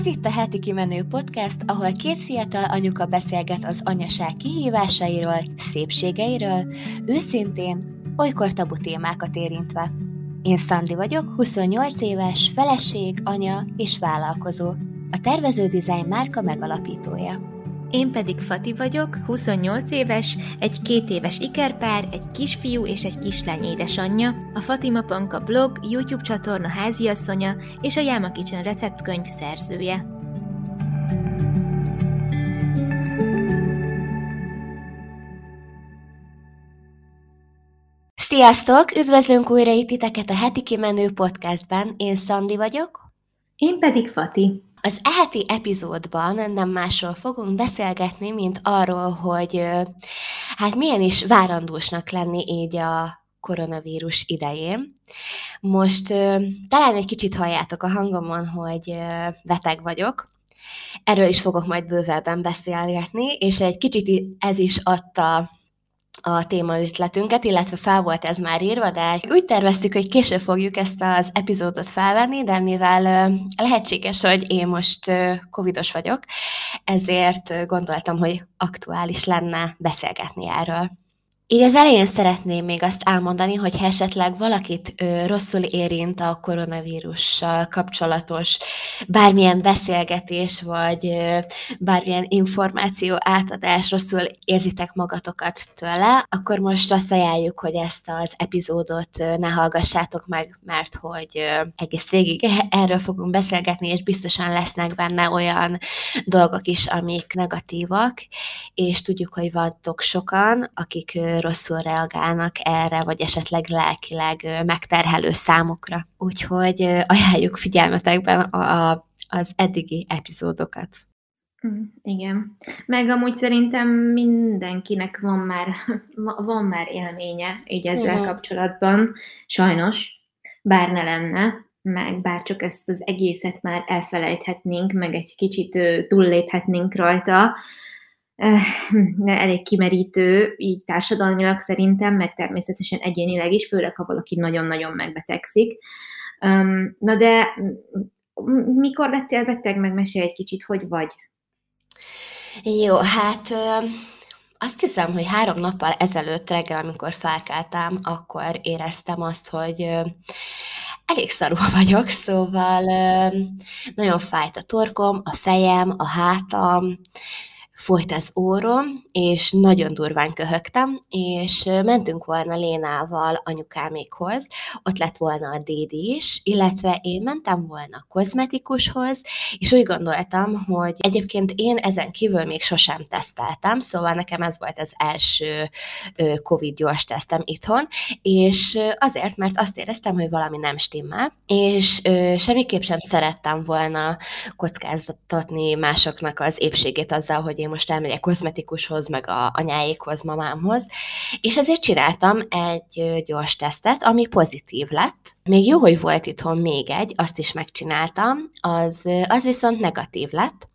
Ez itt a Heti Kimenő Podcast, ahol két fiatal anyuka beszélget az anyaság kihívásairól, szépségeiről, őszintén, olykor tabu témákat érintve. Én Szandi vagyok, 28 éves, feleség, anya és vállalkozó, a Tervező Design márka megalapítója. Én pedig Fati vagyok, 28 éves, egy 2 éves ikerpár, egy kisfiú és egy kislány édesanyja, a Fatima Panka blog, YouTube csatorna háziasszonya és a Yama Kitchen receptkönyv szerzője. Sziasztok! Üdvözlünk újra itt titeket a Heti Kimenő Podcastben. Én Szandi vagyok. Én pedig Fati. Az heti epizódban nem másról fogunk beszélgetni, mint arról, hogy hát milyen is várandósnak lenni így a koronavírus idején. Most talán egy kicsit halljátok a hangomon, hogy beteg vagyok. Erről is fogok majd bővebben beszélgetni, és egy kicsit ez is adta a témaötletünket, illetve fel volt ez már írva, de úgy terveztük, hogy később fogjuk ezt az epizódot felvenni, de mivel lehetséges, hogy én most covidos vagyok, ezért gondoltam, hogy aktuális lenne beszélgetni erről. Így az elején szeretném még azt elmondani, hogy ha esetleg valakit rosszul érint a koronavírussal kapcsolatos bármilyen beszélgetés, vagy bármilyen információ átadás, rosszul érzitek magatokat tőle, akkor most azt ajánljuk, hogy ezt az epizódot ne hallgassátok meg, mert hogy egész végig erről fogunk beszélgetni, és biztosan lesznek benne olyan dolgok is, amik negatívak, és tudjuk, hogy vantok sokan, akik rosszul reagálnak erre, vagy esetleg lelkileg megterhelő számukra. Úgyhogy ajánljuk figyelmetekben az eddigi epizódokat. Igen. Meg amúgy szerintem mindenkinek van már élménye így ezzel kapcsolatban, sajnos, bár ne lenne, meg bár csak ezt az egészet már elfelejthetnénk, meg egy kicsit túlléphetnénk rajta, elég kimerítő, így társadalmilag szerintem, meg természetesen egyénileg is, főleg ha valaki nagyon-nagyon megbetegszik. Na de mikor lettél beteg? Megmesélj egy kicsit, hogy vagy? Jó, hát azt hiszem, hogy 3 nappal ezelőtt reggel, amikor felkeltem, akkor éreztem azt, hogy elég szarul vagyok, szóval nagyon fájt a torkom, a fejem, a hátam, folyt az órom, és nagyon durván köhögtem, és mentünk volna Lénával anyukámékhoz, ott lett volna a dédi is, illetve én mentem volna a kozmetikushoz, és úgy gondoltam, hogy egyébként én ezen kívül még sosem teszteltem, szóval nekem ez volt az első Covid gyors tesztem itthon, és azért, mert azt éreztem, hogy valami nem stimmel, és semmiképp sem szerettem volna kockáztatni másoknak az épségét azzal, hogy én most elmegyek kozmetikushoz, meg a anyáékhoz, mamámhoz, és ezért csináltam egy gyors tesztet, ami pozitív lett. Még jó, hogy volt itthon még egy, azt is megcsináltam, az viszont negatív lett.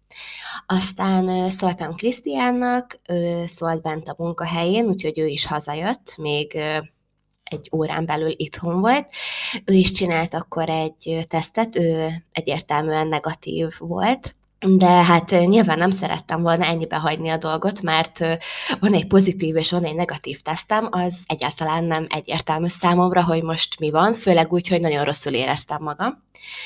Aztán szóltam Krisztiánnak, ő szólt bent a munkahelyén, úgyhogy ő is hazajött, még egy órán belül itthon volt. Ő is csinált akkor egy tesztet, ő egyértelműen negatív volt, de hát nyilván nem szerettem volna ennyibe hagyni a dolgot, mert van egy pozitív és van egy negatív tesztem, az egyáltalán nem egyértelmű számomra, hogy most mi van, főleg úgy, hogy nagyon rosszul éreztem magam.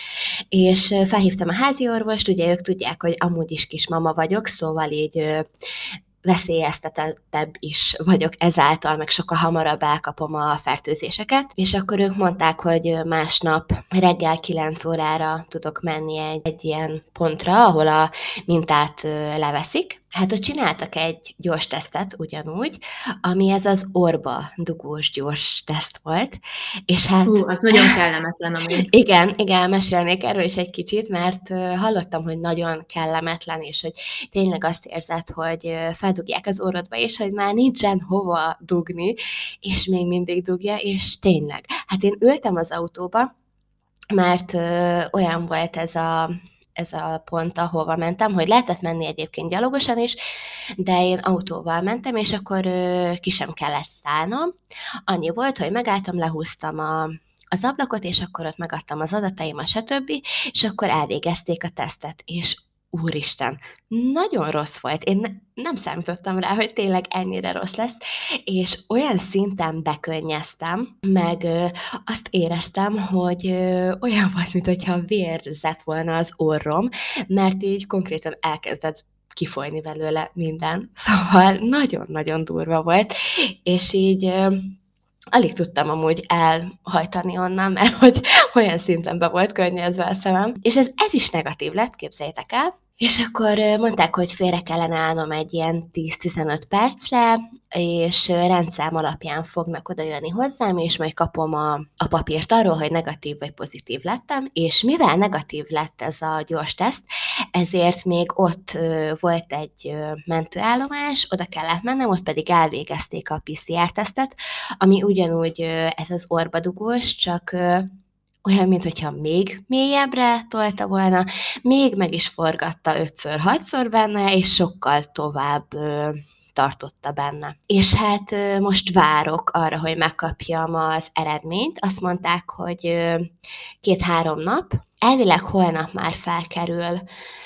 És felhívtam a házi orvost, ugye ők tudják, hogy amúgy is kismama vagyok, szóval így veszélyeztetettebb is vagyok ezáltal, meg sokkal hamarabb elkapom a fertőzéseket, és akkor ők mondták, hogy másnap reggel 9 órára tudok menni egy ilyen pontra, ahol a mintát leveszik. Hát ott csináltak egy gyors tesztet ugyanúgy, ami ez az orba dugós gyors teszt volt, és hát... az nagyon kellemetlen amúgy. Igen, mesélnék erről is egy kicsit, mert hallottam, hogy nagyon kellemetlen, és hogy tényleg azt érzed, hogy feldugják az orrodba, és hogy már nincsen hova dugni, és még mindig dugja, és tényleg. Hát én ültem az autóba, mert olyan volt ez a pont, ahova mentem, hogy lehetett menni egyébként gyalogosan is, de én autóval mentem, és akkor ki sem kellett szállnom. Annyi volt, hogy megálltam, lehúztam a az ablakot, és akkor ott megadtam az adataimat, stb., és akkor elvégezték a tesztet, és úristen, nagyon rossz volt. Én nem számítottam rá, hogy tényleg ennyire rossz lesz, és olyan szinten bekönnyeztem, meg azt éreztem, hogy olyan volt, mintha vérzett volna az orrom, mert így konkrétan elkezdett kifolyni belőle minden. Szóval nagyon-nagyon durva volt, és így alig tudtam amúgy elhajtani onnan, mert hogy olyan szinten be volt könnyezve a szemem. És ez is negatív lett, képzeljétek el. És akkor mondták, hogy félre kellene állnom egy ilyen 10-15 percre, és rendszám alapján fognak odajönni hozzám, és majd kapom a papírt arról, hogy negatív vagy pozitív lettem, és mivel negatív lett ez a gyors teszt, ezért még ott volt egy mentőállomás, oda kellett mennem, ott pedig elvégezték a PCR-tesztet, ami ugyanúgy ez az orrbadugós, csak olyan, mintha még mélyebbre tolta volna, még meg is forgatta 5-6-szor benne, és sokkal tovább tartotta benne. És hát most várok arra, hogy megkapjam az eredményt. Azt mondták, hogy 2-3 nap. Elvileg holnap már felkerül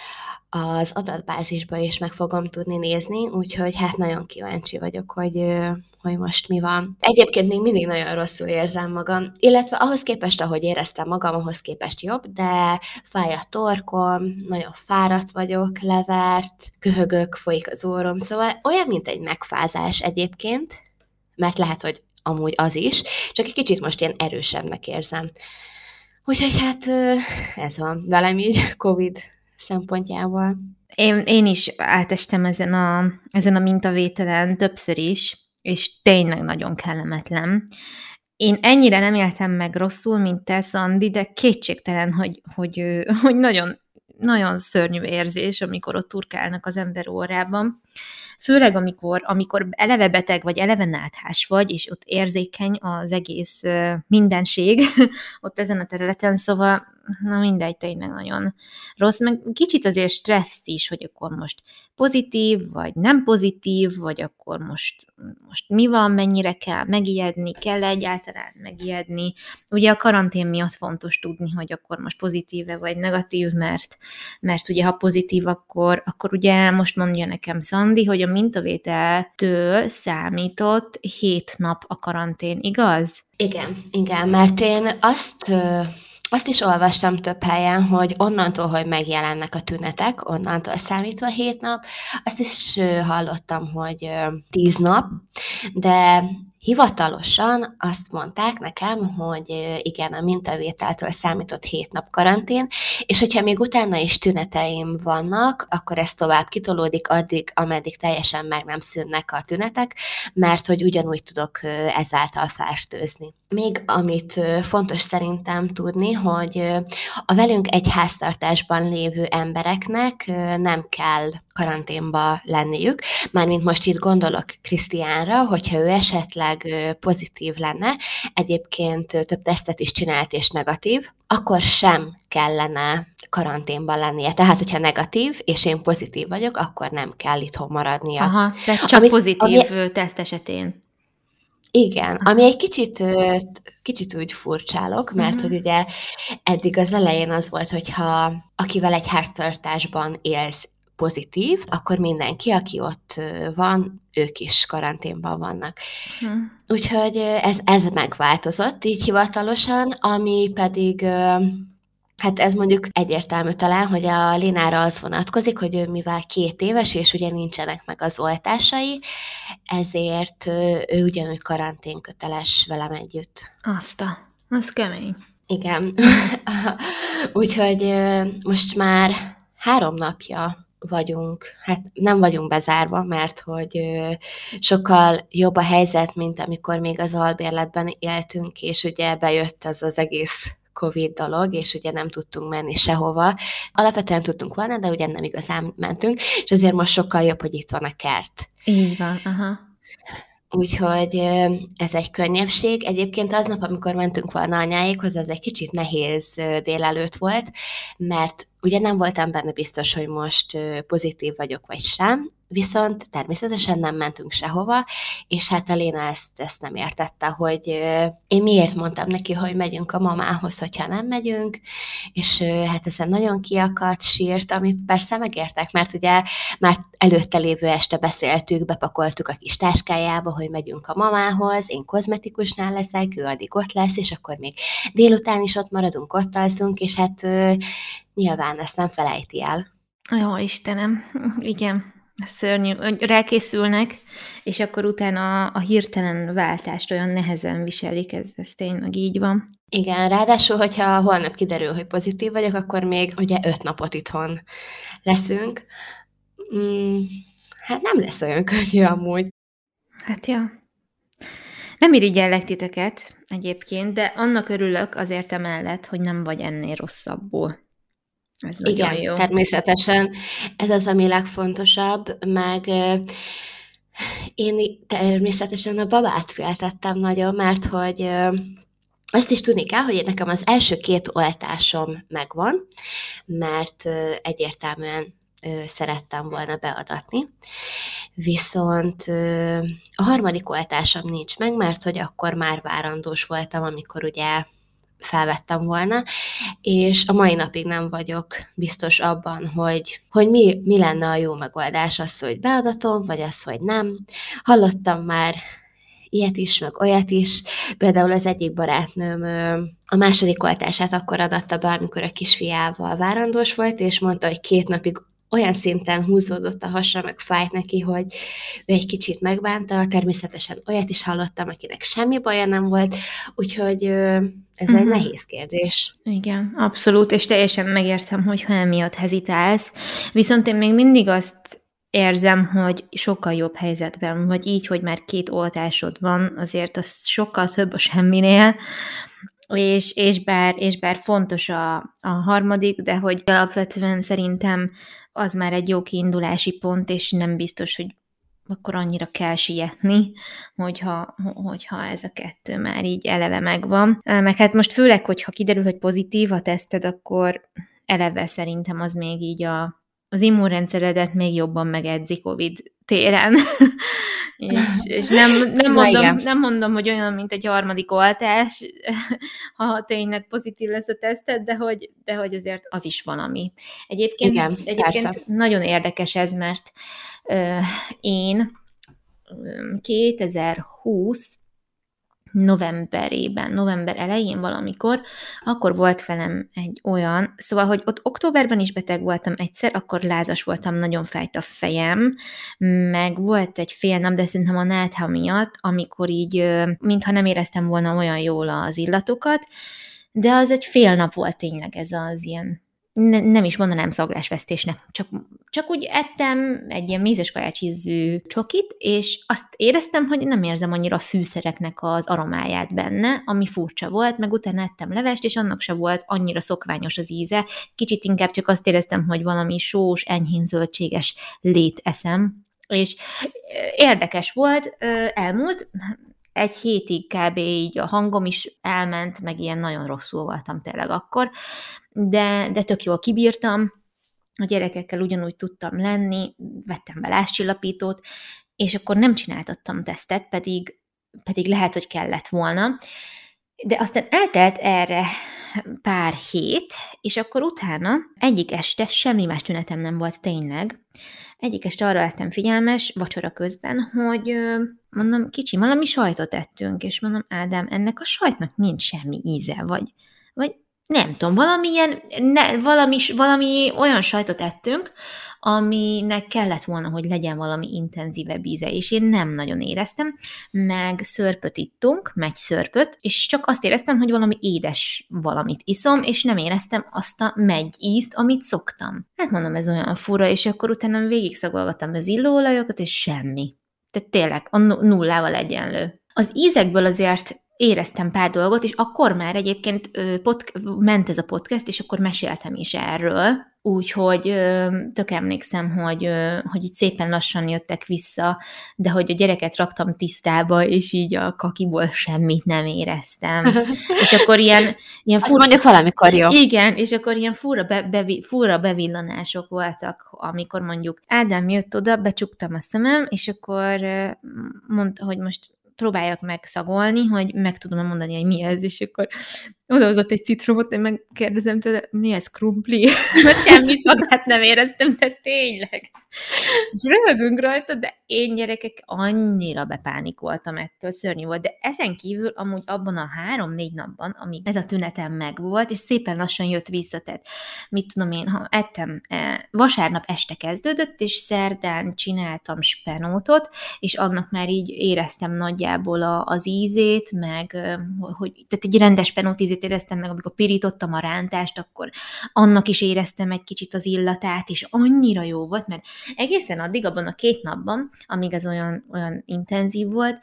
az adatbázisba, és meg fogom tudni nézni, úgyhogy hát nagyon kíváncsi vagyok, hogy most mi van. Egyébként még mindig nagyon rosszul érzem magam, illetve ahhoz képest, ahogy éreztem magam, ahhoz képest jobb, de fáj a torkom, nagyon fáradt vagyok, levert, köhögök, folyik az orrom, szóval olyan, mint egy megfázás egyébként, mert lehet, hogy amúgy az is, csak egy kicsit most ilyen erősebbnek érzem. Úgyhogy hát ez van velem így Covid szempontjából. Én is átestem ezen a mintavételen többször is, és tényleg nagyon kellemetlen. Én ennyire nem éltem meg rosszul, mint te, Szandi, de kétségtelen, hogy nagyon, nagyon szörnyű érzés, amikor ott turkálnak az ember órában. Főleg, amikor eleve beteg vagy, eleve náthás vagy, és ott érzékeny az egész mindenség ott ezen a területen, szóval na mindegy, tényleg nagyon rossz, meg kicsit azért stressz is, hogy akkor most pozitív, vagy nem pozitív, vagy akkor most mi van, mennyire kell megijedni, kell egyáltalán megijedni. Ugye a karantén miatt fontos tudni, hogy akkor most pozitíve vagy negatív, mert ugye ha pozitív, akkor ugye most mondja nekem Szandi, hogy a mintavételtől számított 7 nap a karantén, igaz? Igen, mert én azt is olvastam több helyen, hogy onnantól, hogy megjelennek a tünetek, onnantól számítva 7 nap, azt is hallottam, hogy 10 nap, de hivatalosan azt mondták nekem, hogy igen, a mintavételtől számított 7 nap karantén, és hogyha még utána is tüneteim vannak, akkor ez tovább kitolódik addig, ameddig teljesen meg nem szűnnek a tünetek, mert hogy ugyanúgy tudok ezáltal fertőzni. Még amit fontos szerintem tudni, hogy a velünk egy háztartásban lévő embereknek nem kell karanténba lenniük. Mármint most itt gondolok Krisztiánra, hogyha ő esetleg pozitív lenne, egyébként több tesztet is csinált és negatív, akkor sem kellene karanténban lennie. Tehát, hogyha negatív, és én pozitív vagyok, akkor nem kell itthon maradnia. Aha, de csak pozitív teszt esetén. Igen, ami egy kicsit úgy furcsálok, mert hogy ugye eddig az elején az volt, hogyha akivel egy háztartásban élsz pozitív, akkor mindenki, aki ott van, ők is karanténban vannak. Úgyhogy ez megváltozott így hivatalosan, ami pedig hát ez mondjuk egyértelmű talán, hogy a Lénára az vonatkozik, hogy ő mivel 2 éves, és ugye nincsenek meg az oltásai, ezért ő ugyanúgy karanténköteles velem együtt. Az kemény. Igen. Úgyhogy most már 3 napja vagyunk, hát nem vagyunk bezárva, mert hogy sokkal jobb a helyzet, mint amikor még az albérletben éltünk, és ugye bejött ez az egész Covid dolog, és ugye nem tudtunk menni sehova. Alapvetően tudtunk volna, de ugye nem igazán mentünk, és azért most sokkal jobb, hogy itt van a kert. Így van, aha. Úgyhogy ez egy könnyebbség. Egyébként aznap, amikor mentünk volna anyáékhoz, az egy kicsit nehéz délelőtt volt, mert ugye nem voltam benne biztos, hogy most pozitív vagyok, vagy sem, viszont természetesen nem mentünk sehova, és hát a Léna ezt nem értette, hogy én miért mondtam neki, hogy megyünk a mamához, hogyha nem megyünk, és hát ezen nagyon kiakadt, sírt, amit persze megértek, mert ugye már előtte lévő este beszéltük, bepakoltuk a kis táskájába, hogy megyünk a mamához, én kozmetikusnál leszek, ő addig ott lesz, és akkor még délután is ott maradunk, ott alszunk, és hát nyilván ezt nem felejti el. Jó, Istenem, igen, szörnyű, rákészülnek, és akkor utána a hirtelen váltást olyan nehezen viselik, ez tényleg így van. Igen, ráadásul, hogyha holnap kiderül, hogy pozitív vagyok, akkor még ugye 5 napot itthon leszünk. Hát nem lesz olyan könnyű amúgy. Hát ja. Nem irigyellek titeket egyébként, de annak örülök azért emellett, hogy nem vagy ennél rosszabbul. Ez nagyon Igen, jó. természetesen ez az, ami legfontosabb, meg én természetesen a babát féltettem nagyon, mert hogy azt is tudni kell, hogy nekem az első 2 oltásom megvan, mert egyértelműen szerettem volna beadatni. Viszont a 3. oltásom nincs meg, mert hogy akkor már várandós voltam, amikor ugye felvettem volna, és a mai napig nem vagyok biztos abban, hogy mi lenne a jó megoldás, az, hogy beadatom, vagy az, hogy nem. Hallottam már ilyet is, meg olyat is. Például az egyik barátnőm a 2. oltását akkor adatta be, amikor a kisfiával várandós volt, és mondta, hogy 2 napig olyan szinten húzódott a hasa, meg fájt neki, hogy ő egy kicsit megbánta. Természetesen olyat is hallottam, akinek semmi baja nem volt, úgyhogy ez egy nehéz kérdés. Igen, abszolút, és teljesen megértem, hogy emiatt hezitálsz. Viszont én még mindig azt érzem, hogy sokkal jobb helyzetben vagy így, hogy már 2 oltásod van, azért az sokkal több a semminél, és bár fontos a 3, de hogy alapvetően szerintem az már egy jó kiindulási pont, és nem biztos, hogy akkor annyira kell sietni, hogyha ez a 2 már így eleve megvan. Meg hát most főleg, hogyha kiderül, hogy pozitív a teszted, akkor eleve szerintem az még így az immunrendszeredet még jobban megedzi COVID téren. és nem mondom, hogy olyan, mint egy 3. oltás, ha tényleg pozitív lesz a teszted, de hogy azért az is valami. Egyébként nagyon érdekes ez, mert én 2020 november elején valamikor, akkor volt velem egy olyan, szóval, hogy ott októberben is beteg voltam egyszer, akkor lázas voltam, nagyon fájt a fejem, meg volt egy fél nap, de szerintem a nátha miatt, amikor így, mintha nem éreztem volna olyan jól az illatokat, de az egy fél nap volt tényleg ez az ilyen, nem is mondanám szaglásvesztésnek, csak úgy ettem egy ilyen mézes kajácsízű csokit, és azt éreztem, hogy nem érzem annyira a fűszereknek az aromáját benne, ami furcsa volt, meg utána ettem levest, és annak se volt annyira szokványos az íze, kicsit inkább csak azt éreztem, hogy valami sós, enyhén zöldséges lét eszem, és érdekes volt, elmúlt, 1 hétig kb. Így a hangom is elment, meg ilyen nagyon rosszul voltam tényleg akkor, de tök jól kibírtam, a gyerekekkel ugyanúgy tudtam lenni, vettem be lázcsillapítót, és akkor nem csináltattam tesztet, pedig lehet, hogy kellett volna. De aztán eltelt erre pár hét, és akkor utána egyik este semmi más tünetem nem volt tényleg. Egyik este arra lettem figyelmes, vacsora közben, hogy mondom, kicsi, valami sajtot ettünk, és mondom, Ádám, ennek a sajtnak nincs semmi íze, vagy nem tudom, valami olyan sajtot ettünk, aminek kellett volna, hogy legyen valami intenzívebb íze, és én nem nagyon éreztem, meg szörpöt ittunk, meggyszörpöt, és csak azt éreztem, hogy valami édes valamit iszom, és nem éreztem azt a meggyízt, amit szoktam. Hát mondom, ez olyan fura, és akkor utána végig szagolgattam az illóolajokat, és semmi. Tehát tényleg a nullával egyenlő. Az ízekből azért éreztem pár dolgot, és akkor már egyébként ment ez a podcast, és akkor meséltem is erről, úgyhogy tök emlékszem, hogy így szépen lassan jöttek vissza, de hogy a gyereket raktam tisztába, és így a kakiból semmit nem éreztem. És akkor ilyen Azt mondjuk valamikor jó. Igen, és akkor ilyen fura bevillanások voltak, amikor mondjuk Ádám jött oda, becsuktam a szemem, és akkor mondta, hogy most próbáljak meg szagolni, hogy meg tudom mondani, hogy mi ez, és akkor odahozott egy citromot, én megkérdezem tőle, mi ez, krumpli? Mert semmi szagát nem éreztem, de tényleg. És röhögünk rajta, de én gyerekek annyira bepánikoltam ettől, szörnyű volt, de ezen kívül amúgy abban a 3-4 napban, amíg ez a tünetem megvolt, és szépen lassan jött vissza, tehát mit tudom én, ha ettem, vasárnap este kezdődött, és szerdán csináltam spenótot, és annak már így éreztem nagyjából az ízét, meg hogy, tehát egy rendes spenót ízét éreztem meg, amikor pirítottam a rántást, akkor annak is éreztem egy kicsit az illatát, és annyira jó volt, mert egészen addig, abban a 2 napban, amíg ez olyan intenzív volt,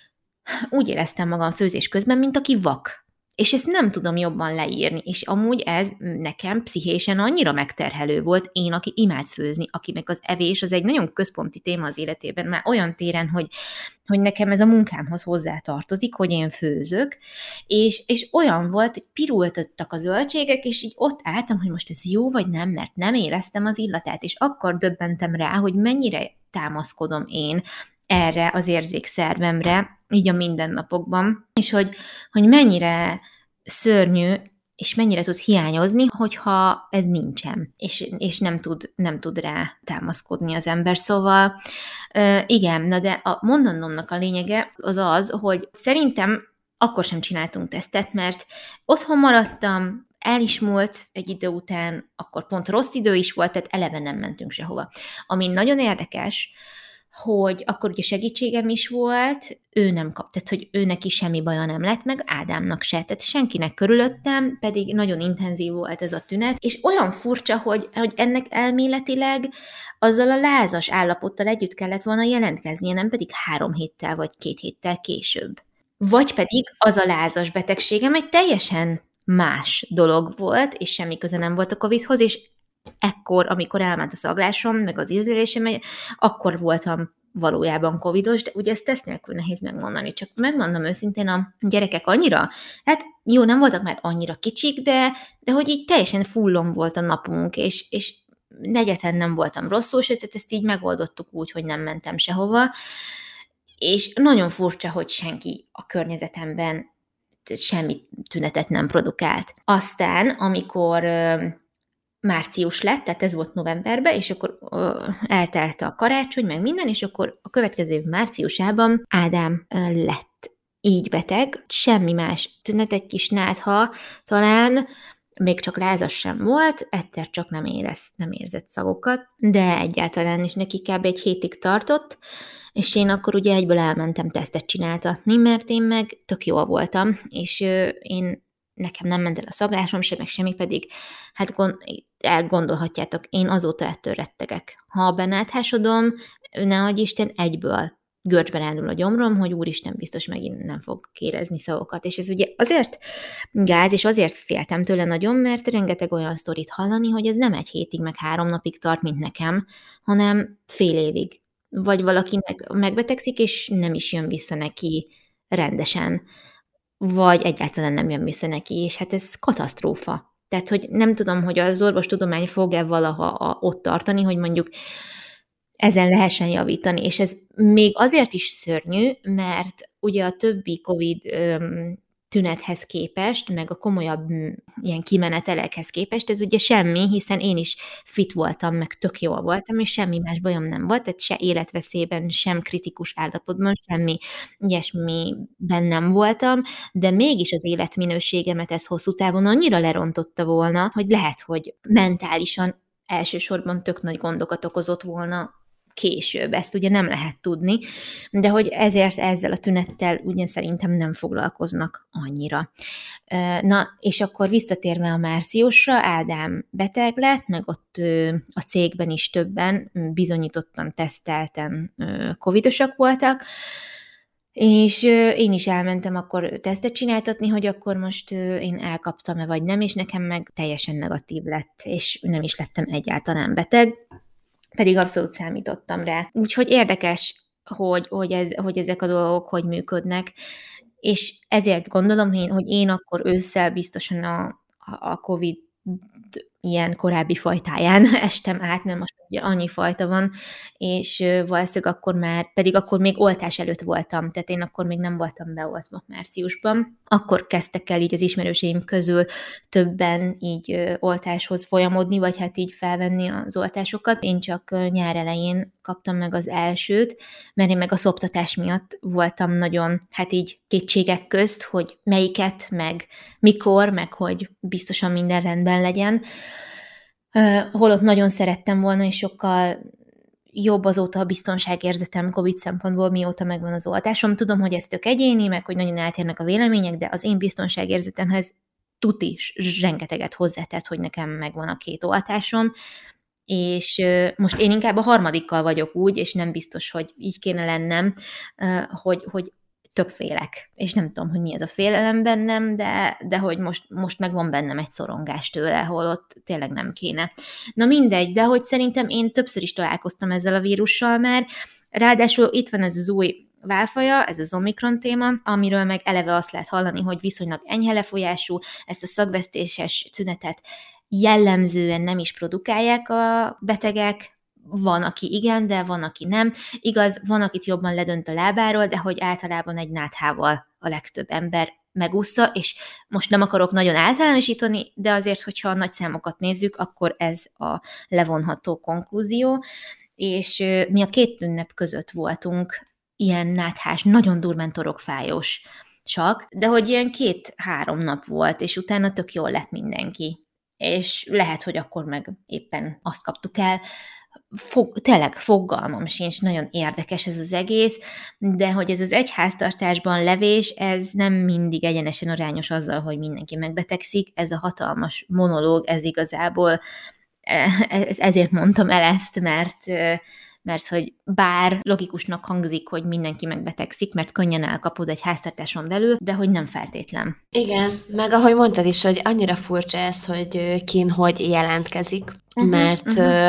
úgy éreztem magam főzés közben, mint aki vak. És ezt nem tudom jobban leírni, és amúgy ez nekem pszichésen annyira megterhelő volt, én, aki imád főzni, akinek az evés az egy nagyon központi téma az életében, már olyan téren, hogy nekem ez a munkámhoz hozzátartozik, hogy én főzök, és olyan volt, hogy pirultattak a zöldségek, és így ott álltam, hogy most ez jó vagy nem, mert nem éreztem az illatát, és akkor döbbentem rá, hogy mennyire támaszkodom én erre az érzékszervemre, így a mindennapokban, és hogy mennyire szörnyű, és mennyire tud hiányozni, hogyha ez nincsen, és nem tud rá támaszkodni az ember. Szóval igen, na de a mondanomnak a lényege az, hogy szerintem akkor sem csináltunk tesztet, mert otthon maradtam, el is múlt egy idő után, akkor pont rossz idő is volt, tehát eleve nem mentünk sehova. Ami nagyon érdekes, hogy akkor ugye segítségem is volt, ő nem kap, tehát hogy őnek is semmi baja nem lett, meg Ádámnak se, tehát senkinek körülöttem, pedig nagyon intenzív volt ez a tünet, és olyan furcsa, hogy ennek elméletileg azzal a lázas állapottal együtt kellett volna jelentkeznie, nem pedig 3 héttel vagy 2 héttel később. Vagy pedig az a lázas betegségem egy teljesen más dolog volt, és semmi köze nem volt a Covid-hoz, és ekkor, amikor elment a szaglásom, meg az ízlélésem, akkor voltam valójában covidos, de ugye ezt teszt nélkül nehéz megmondani. Csak megmondom őszintén, a gyerekek annyira, hát jó, nem voltak már annyira kicsik, de hogy így teljesen fullon volt a napunk, és negyedhen nem voltam rosszul, sőt, ezt így megoldottuk úgy, hogy nem mentem sehova, és nagyon furcsa, hogy senki a környezetemben semmi tünetet nem produkált. Aztán, amikor március lett, tehát ez volt novemberben, és akkor eltelt a karácsony, meg minden, és akkor a következő év márciusában Ádám lett így beteg, semmi más tünet, egy kis nátha talán, még csak lázas sem volt, egyszer csak nem érzett szagokat, de egyáltalán is neki kb. 1 hétig tartott, és én akkor ugye egyből elmentem tesztet csináltatni, mert én meg tök jól voltam, és nekem nem ment el a szaglásom sem, meg semmi, pedig hát elgondolhatjátok, én azóta ettől rettegek. Ha benáthásodom, ne adj Isten, egyből görcsbe rándul a gyomrom, hogy úristen, biztos megint nem fog kérezni szavakat. És ez ugye azért gáz, és azért féltem tőle nagyon, mert rengeteg olyan sztorit hallani, hogy ez nem 1 hétig, meg 3 napig tart, mint nekem, hanem fél évig. Vagy valakinek megbetegszik, és nem is jön vissza neki rendesen, vagy egyáltalán nem jön vissza neki, és hát ez katasztrófa. Tehát, hogy nem tudom, hogy az orvostudomány fog-e valaha ott tartani, hogy mondjuk ezen lehessen javítani, és ez még azért is szörnyű, mert ugye a többi COVID tünethez képest, meg a komolyabb ilyen kimenetelekhez képest, ez ugye semmi, hiszen én is fit voltam, meg tök jól voltam, és semmi más bajom nem volt, tehát se életveszélyben, sem kritikus állapotban, semmi ilyesmiben nem voltam, de mégis az életminőségemet ez hosszú távon annyira lerontotta volna, hogy lehet, hogy mentálisan elsősorban tök nagy gondokat okozott volna később, ezt ugye nem lehet tudni, de hogy ezért ezzel a tünettel ugye szerintem nem foglalkoznak annyira. Na, és akkor visszatérve a márciusra, Ádám beteg lett, meg ott a cégben is többen bizonyítottan, tesztelten covidosak voltak, És én is elmentem akkor tesztet csináltatni, hogy akkor most én elkaptam-e vagy nem, és nekem meg teljesen negatív lett, és nem is lettem egyáltalán beteg, pedig abszolút számítottam rá. Úgyhogy érdekes, hogy ezek a dolgok hogy működnek, és ezért gondolom, hogy én akkor ősszel biztosan a COVID ilyen korábbi fajtáján estem át, nem most ugye annyi fajta van, és valószínűleg pedig akkor még oltás előtt voltam, tehát én akkor még nem voltam beoltva márciusban. Akkor kezdtek el így az ismerőseim közül többen így oltáshoz folyamodni, vagy hát így felvenni az oltásokat. Én csak nyár elején kaptam meg az elsőt, mert én meg a szoptatás miatt voltam nagyon, hát így kétségek közt, hogy melyiket, meg mikor, meg hogy biztosan minden rendben legyen. Holott nagyon szerettem volna, és sokkal jobb azóta a biztonságérzetem COVID szempontból, mióta megvan az oltásom. Tudom, hogy ez tök egyéni, meg hogy nagyon eltérnek a vélemények, de az én biztonságérzetemhez tutis rengeteget hozzátett, hogy nekem megvan a 2 oltásom, és most én inkább a harmadikkal vagyok úgy, és nem biztos, hogy így kéne lennem, hogy tök félek. És nem tudom, hogy mi ez a félelem bennem, de hogy most megvan bennem egy szorongás tőle, holott tényleg nem kéne. Na mindegy, de hogy szerintem én többször is találkoztam ezzel a vírussal már, ráadásul itt van ez az új válfaja, ez az Omikron téma, amiről meg eleve azt lehet hallani, hogy viszonylag enyhe lefolyású, ezt a szakvesztéses szünetet jellemzően nem is produkálják a betegek, van, aki igen, de van, aki nem. Igaz, van, akit jobban ledönt a lábáról, de hogy általában egy náthával a legtöbb ember megúszza, és most nem akarok nagyon általánosítani, de azért, hogyha a nagy számokat nézzük, akkor ez a levonható konklúzió, és mi a 2 ünnep között voltunk ilyen náthás, nagyon durván torokfájós csak, de hogy ilyen 2-3 nap volt, és utána tök jól lett mindenki. És lehet, hogy akkor meg éppen azt kaptuk el. Tényleg fogalmam sincs, nagyon érdekes ez az egész, de hogy ez az egyháztartásban levés, ez nem mindig egyenesen arányos azzal, hogy mindenki megbetegszik, ez a hatalmas monológ, ez igazából, ezért mondtam el ezt, mert hogy bár logikusnak hangzik, hogy mindenki megbetegszik, mert könnyen elkapod egy háztartáson belül, de hogy nem feltétlen. Igen, meg ahogy mondtad is, hogy annyira furcsa ez, hogy kin hogy jelentkezik, mert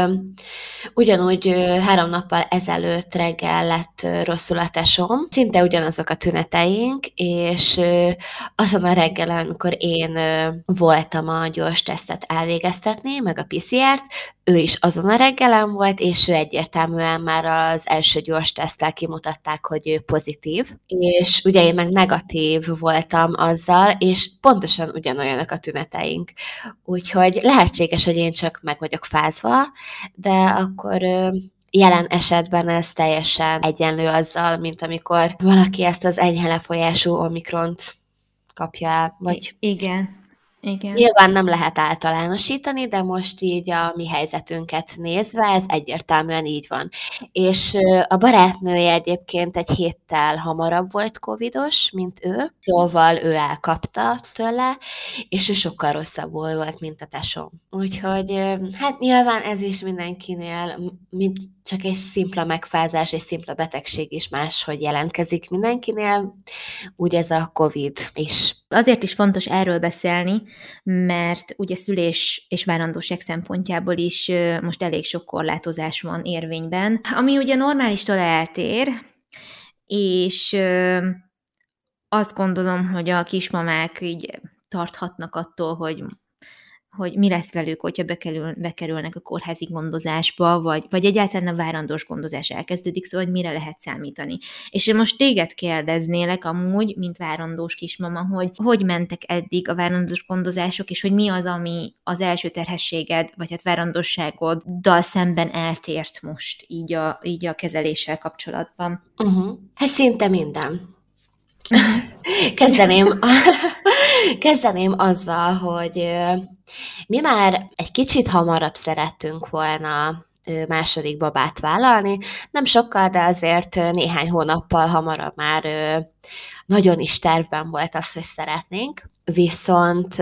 ugyanúgy 3 nappal ezelőtt reggel lett rosszul a tesóm, szinte ugyanazok a tüneteink, és azon a reggelen, amikor én voltam a gyors tesztet elvégeztetni, meg a PCR-t, ő is azon a reggelen volt, és ő egyértelműen már az első gyors teszttel kimutatták, hogy ő pozitív, és ugye én meg negatív voltam azzal, és pontosan ugyanolyanok a tüneteink. Úgyhogy lehetséges, hogy én csak meg vagyok fázva, de akkor jelen esetben ez teljesen egyenlő azzal, mint amikor valaki ezt az enyhe lefolyású omikront kapja el, vagy... Igen. Nyilván nem lehet általánosítani, de most így a mi helyzetünket nézve, ez egyértelműen így van. És a barátnője egyébként egy héttel hamarabb volt covidos, mint ő, szóval ő elkapta tőle, és ő sokkal rosszabbul volt, mint a tesóm. Úgyhogy hát nyilván ez is mindenkinél, mint csak egy szimpla megfázás, egy szimpla betegség is máshogy jelentkezik mindenkinél, úgy ez a COVID is. Azért is fontos erről beszélni, mert ugye szülés és várandóság szempontjából is most elég sok korlátozás van érvényben, ami ugye normálistól eltér, és azt gondolom, hogy a kismamák így tarthatnak attól, hogy mi lesz velük, hogyha bekerülnek a kórházi gondozásba, vagy egyáltalán a várandós gondozás elkezdődik, szóval hogy mire lehet számítani. És én most téged kérdeznélek amúgy, mint várandós kismama, hogy mentek eddig a várandós gondozások, és hogy mi az, ami az első terhességed, vagy hát várandosságoddal szemben eltért most így a kezeléssel kapcsolatban. Hát szinte minden. Kezdeném azzal, hogy mi már egy kicsit hamarabb szerettünk volna második babát vállalni, nem sokkal, de azért néhány hónappal hamarabb már nagyon is tervben volt az, hogy szeretnénk. Viszont,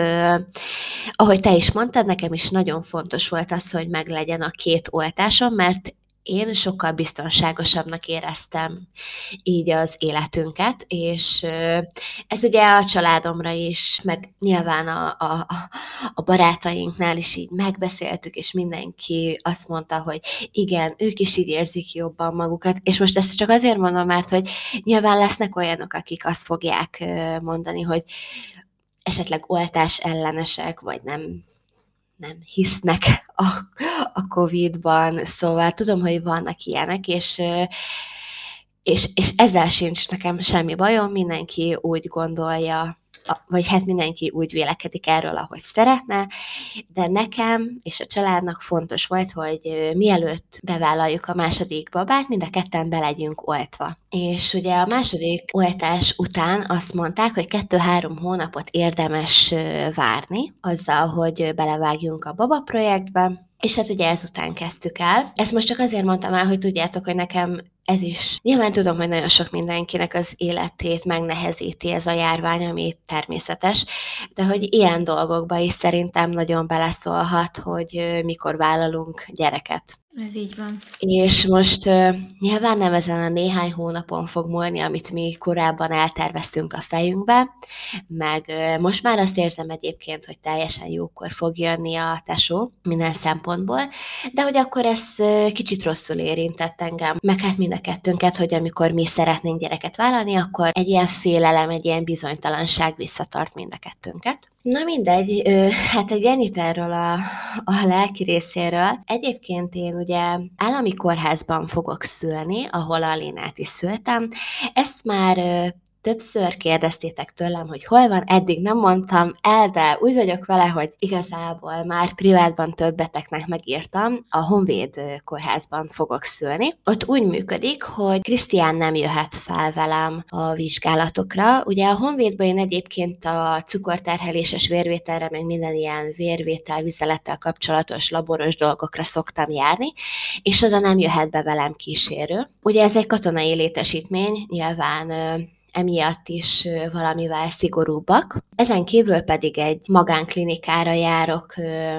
ahogy te is mondtad, nekem is nagyon fontos volt az, hogy meglegyen a 2 oltásom, mert én sokkal biztonságosabbnak éreztem így az életünket, és ez ugye a családomra is, meg nyilván a barátainknál is így megbeszéltük, és mindenki azt mondta, hogy igen, ők is így érzik jobban magukat, és most ezt csak azért mondom, mert hogy nyilván lesznek olyanok, akik azt fogják mondani, hogy esetleg oltás ellenesek, vagy nem hisznek a COVID-ban, szóval tudom, hogy vannak ilyenek, és ezzel sincs nekem semmi bajom, mindenki úgy gondolja, vagy hát mindenki úgy vélekedik erről, ahogy szeretne, de nekem és a családnak fontos volt, hogy mielőtt bevállaljuk a második babát, mind a ketten be legyünk oltva. És ugye a második oltás után azt mondták, hogy 2-3 hónapot érdemes várni azzal, hogy belevágjunk a baba projektbe, és hát ugye ezután kezdtük el. Ezt most csak azért mondtam el, hogy tudjátok, hogy nekem ez is. Nyilván tudom, hogy nagyon sok mindenkinek az életét megnehezíti ez a járvány, ami természetes, de hogy ilyen dolgokba is szerintem nagyon beleszólhat, hogy mikor vállalunk gyereket. Ez így van. És most nyilván nem ezen a néhány hónapon fog múlni, amit mi korábban elterveztünk a fejünkbe, meg most már azt érzem egyébként, hogy teljesen jókor fog jönni a tesó minden szempontból, de hogy akkor ez kicsit rosszul érintett engem, meg hát mind a kettőnket, hogy amikor mi szeretnénk gyereket vállalni, akkor egy ilyen félelem, egy ilyen bizonytalanság visszatart mind a kettőnket. Na mindegy, hát egy ennyit erről a lelki részéről. Egyébként én ugye állami kórházban fogok szülni, ahol a Lénát is szültem. Ezt már többször kérdeztétek tőlem, hogy hol van, eddig nem mondtam el, de úgy vagyok vele, hogy igazából már privátban többeteknek megírtam, a Honvéd kórházban fogok szülni. Ott úgy működik, hogy Krisztián nem jöhet fel velem a vizsgálatokra. Ugye a Honvédban én egyébként a cukorterheléses vérvételre, meg minden ilyen vérvétel, vizelettel kapcsolatos laboros dolgokra szoktam járni, és oda nem jöhet be velem kísérő. Ugye ez egy katonai létesítmény, nyilván emiatt is valamivel szigorúbbak. Ezen kívül pedig egy magánklinikára járok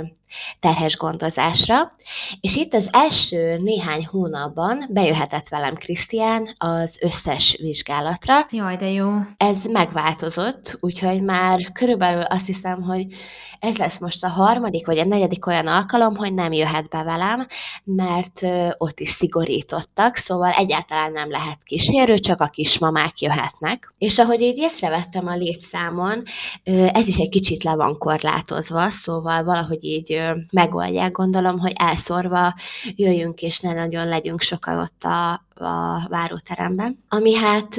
terhes gondozásra, és itt az első néhány hónapban bejöhetett velem Krisztián az összes vizsgálatra. Jaj, de jó. Ez megváltozott, úgyhogy már körülbelül azt hiszem, hogy ez lesz most a 3. vagy a 4. olyan alkalom, hogy nem jöhet be velem, mert ott is szigorítottak, szóval egyáltalán nem lehet kísérő, csak a kismamák jöhetnek. És ahogy így észrevettem a létszámon, ez is egy kicsit le van korlátozva, szóval valahogy így megoldják, gondolom, hogy elszórva jöjjünk, és ne nagyon legyünk sokan ott a váróteremben. Ami hát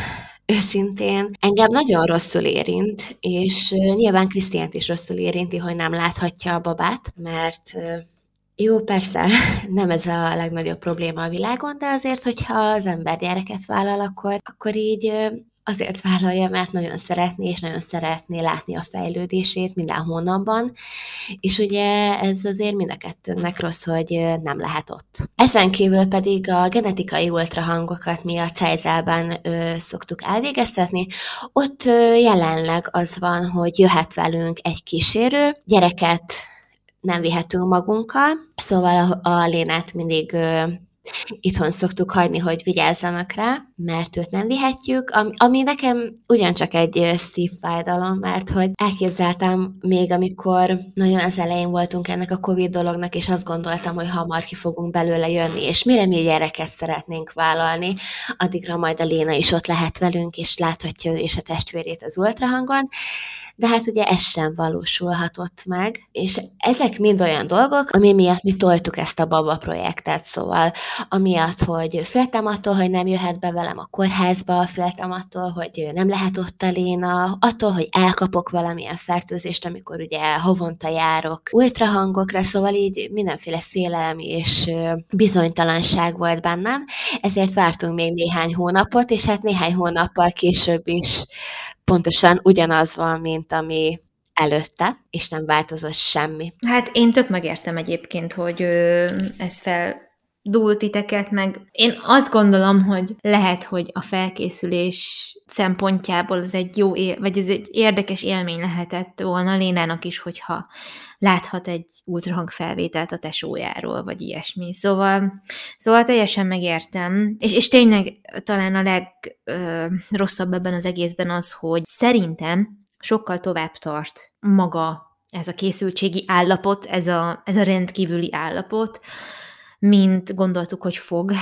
őszintén engem nagyon rosszul érint, és nyilván Krisztiánt is rosszul érinti, hogy nem láthatja a babát, mert jó, persze, nem ez a legnagyobb probléma a világon, de azért, hogyha az ember gyereket vállal, akkor így azért vállalja, mert nagyon szeretné, és nagyon szeretné látni a fejlődését minden hónapban, és ugye ez azért mind a kettőnknek rossz, hogy nem lehet ott. Ezen kívül pedig a genetikai ultrahangokat mi a Cejzelben szoktuk elvégeztetni. Ott jelenleg az van, hogy jöhet velünk egy kísérő, gyereket nem vihetünk magunkkal, szóval a Lénát mindig itthon szoktuk hagyni, hogy vigyázzanak rá, mert őt nem vihetjük, ami nekem ugyancsak egy szívfájdalom, mert hogy elképzeltem még, amikor nagyon az elején voltunk ennek a Covid dolognak, és azt gondoltam, hogy hamar ki fogunk belőle jönni, és mire mi gyereket szeretnénk vállalni, addigra majd a Léna is ott lehet velünk, és láthatja ő és a testvérét az ultrahangon, de hát ugye ez sem valósulhatott meg, és ezek mind olyan dolgok, ami miatt mi toltuk ezt a baba projektet, szóval amiatt, hogy féltem attól, hogy nem jöhet be velem a kórházba, féltem attól, hogy nem lehet ott a Léna, attól, hogy elkapok valamilyen fertőzést, amikor ugye havonta járok ultrahangokra, szóval így mindenféle félelem és bizonytalanság volt bennem, ezért vártunk még néhány hónapot, és hát néhány hónappal később is pontosan ugyanaz van, mint ami előtte, és nem változott semmi. Hát én tök megértem egyébként, hogy ez feldúlt titeket, meg én azt gondolom, hogy lehet, hogy a felkészülés szempontjából ez egy jó, vagy ez egy érdekes élmény lehetett volna Lénának is, hogyha láthat egy ultrahangfelvételt a tesójáról, vagy ilyesmi. Szóval teljesen megértem. És tényleg talán a legrosszabb ebben az egészben az, hogy szerintem sokkal tovább tart maga ez a készültségi állapot, ez a rendkívüli állapot, mint gondoltuk, hogy fog,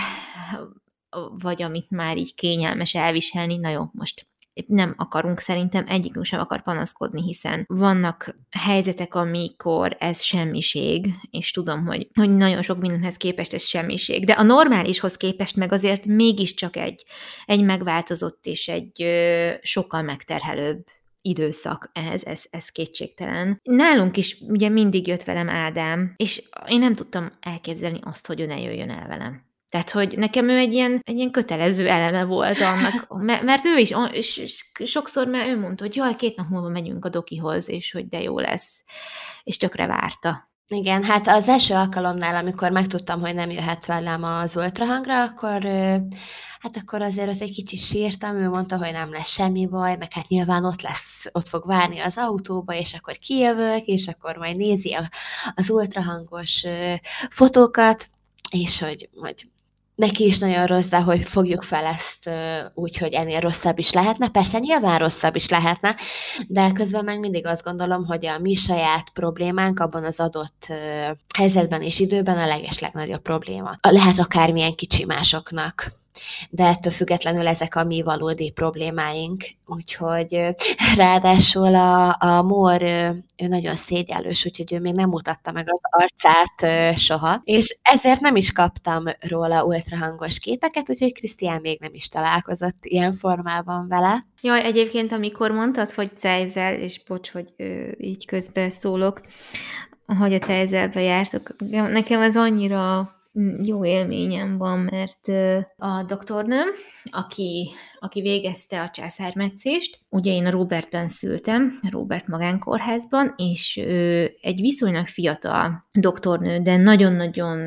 vagy amit már így kényelmes elviselni. Na jó, most nem akarunk, szerintem egyikünk sem akar panaszkodni, hiszen vannak helyzetek, amikor ez semmiség, és tudom, hogy nagyon sok mindenhez képest ez semmiség, de a normálishoz képest meg azért mégiscsak egy megváltozott és egy sokkal megterhelőbb időszak ez kétségtelen. Nálunk is ugye mindig jött velem Ádám, és én nem tudtam elképzelni azt, hogy ő ne jöjjön el velem. Tehát, hogy nekem ő egy ilyen kötelező eleme volt annak, mert ő is, és sokszor már ő mondta, hogy jaj, 2 nap múlva megyünk a dokihoz, és hogy de jó lesz, és tökre várta. Igen, hát az első alkalomnál, amikor megtudtam, hogy nem jöhet velem az ultrahangra, akkor azért ott egy kicsit sírtam, ő mondta, hogy nem lesz semmi baj, meg hát nyilván ott fog várni az autóba, és akkor kijövök, és akkor majd nézi az ultrahangos fotókat, és hogy majd neki is nagyon rossz, de hogy fogjuk fel ezt úgy, hogy ennél rosszabb is lehetne. Persze nyilván rosszabb is lehetne, de közben meg mindig azt gondolom, hogy a mi saját problémánk abban az adott helyzetben és időben a legeslegnagyobb probléma. Lehet akármilyen kicsi másoknak, de ettől függetlenül ezek a mi valódi problémáink. Úgyhogy ráadásul a Mór, ő nagyon szégyellős, úgyhogy ő még nem mutatta meg az arcát soha, és ezért nem is kaptam róla ultrahangos képeket, úgyhogy Krisztián még nem is találkozott ilyen formában vele. Jaj, egyébként amikor mondtad, hogy Cejzel, és bocs, hogy így közben szólok, hogy a Cejzelbe jártok, nekem ez annyira jó élményem van, mert a doktornőm, aki végezte a császármetszést, ugye én a Róbertben szültem, a Róbert magánkórházban, és egy viszonylag fiatal doktornő, de nagyon-nagyon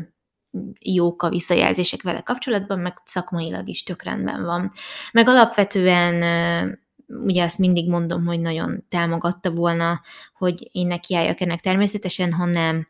jók a visszajelzések vele kapcsolatban, meg szakmailag is tök rendben van. Meg alapvetően ugye azt mindig mondom, hogy nagyon támogatta volna, hogy én nekiálljak ennek természetesen, ha nem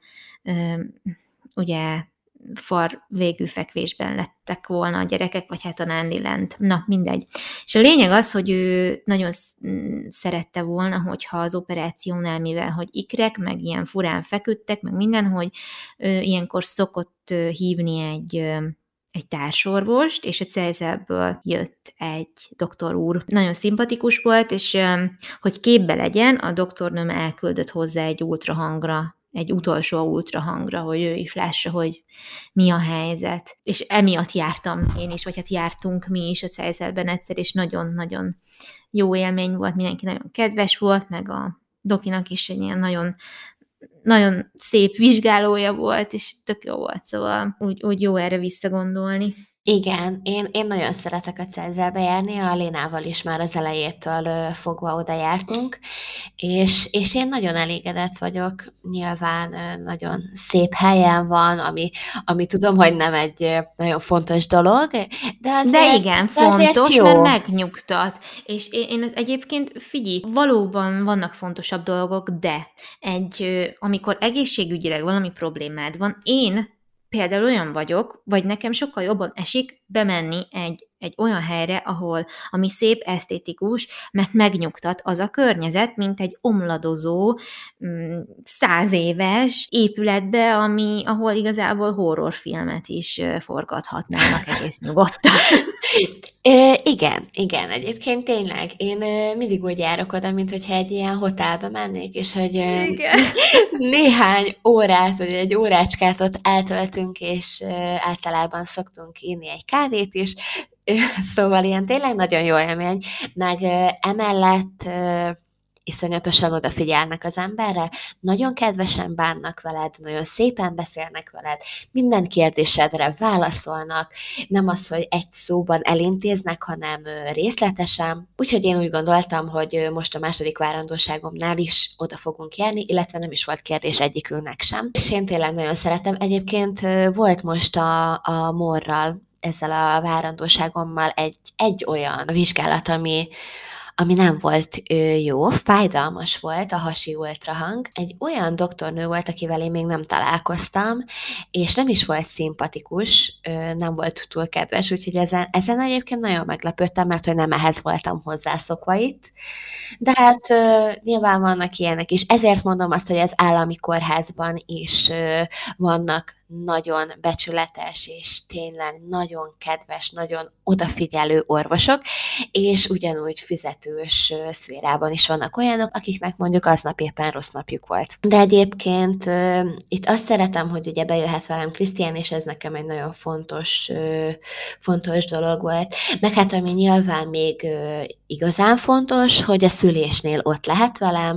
ugye far végű fekvésben lettek volna a gyerekek, vagy hát a nándi lent. Na, mindegy. És a lényeg az, hogy ő nagyon szerette volna, hogyha az operációnál, mivel hogy ikrek, meg ilyen furán feküdtek, meg minden, hogy ilyenkor szokott hívni egy társorvost, és a Cejzelből jött egy doktor úr. Nagyon szimpatikus volt, és hogy képbe legyen, a doktornőm elküldött hozzá egy ultrahangra, egy utolsó ultrahangra, hogy ő is lássa, hogy mi a helyzet. És emiatt jártam én is, vagy hát jártunk mi is a Cejzelben egyszer, és nagyon-nagyon jó élmény volt, mindenki nagyon kedves volt, meg a dokinak is egy ilyen nagyon, nagyon szép vizsgálója volt, és tök jó volt, szóval úgy jó erre visszagondolni. Igen, én nagyon szeretek a Cejzelbe járni, a Lénával is már az elejétől fogva oda jártunk, és én nagyon elégedett vagyok, nyilván nagyon szép helyen van, ami tudom, hogy nem egy nagyon fontos dolog, de igen, fontos, mert megnyugtat. És én egyébként figyelj, valóban vannak fontosabb dolgok, de amikor egészségügyileg valami problémád van, én például olyan vagyok, vagy nekem sokkal jobban esik bemenni egy olyan helyre, ami szép, esztétikus, mert megnyugtat az a környezet, mint egy omladozó, 100 éves épületbe, ahol igazából horrorfilmet is forgathatnának egész nyugodtan. Igen, egyébként tényleg. Én mindig úgy járok oda, mint hogyha egy ilyen hotelbe mennék, és hogy néhány órát, vagy egy órácskát ott eltöltünk, és általában szoktunk inni egy kávét is, szóval ilyen tényleg nagyon jó élmény, meg emellett iszonyatosan odafigyelnek az emberre, nagyon kedvesen bánnak veled, nagyon szépen beszélnek veled, minden kérdésedre válaszolnak, nem az, hogy egy szóban elintéznek, hanem részletesen. Úgyhogy én úgy gondoltam, hogy most a második várandóságomnál is oda fogunk járni, illetve nem is volt kérdés egyikünknek sem. És én tényleg nagyon szeretem. Egyébként volt most a Morral, ezzel a várandóságommal egy olyan vizsgálat, ami nem volt jó, fájdalmas volt a hasi ultrahang. Egy olyan doktornő volt, akivel én még nem találkoztam, és nem is volt szimpatikus, nem volt túl kedves, úgyhogy ezen egyébként nagyon meglepődtem, mert hogy nem ehhez voltam hozzászokva itt. De hát nyilván vannak ilyenek is. Ezért mondom azt, hogy az állami kórházban is vannak nagyon becsületes és tényleg nagyon kedves, nagyon odafigyelő orvosok, és ugyanúgy fizetős szférában is vannak olyanok, akiknek mondjuk aznap éppen rossz napjuk volt. De egyébként itt azt szeretem, hogy ugye bejöhet velem Krisztián, és ez nekem egy nagyon fontos dolog volt. Meg hát ami nyilván még igazán fontos, hogy a szülésnél ott lehet velem,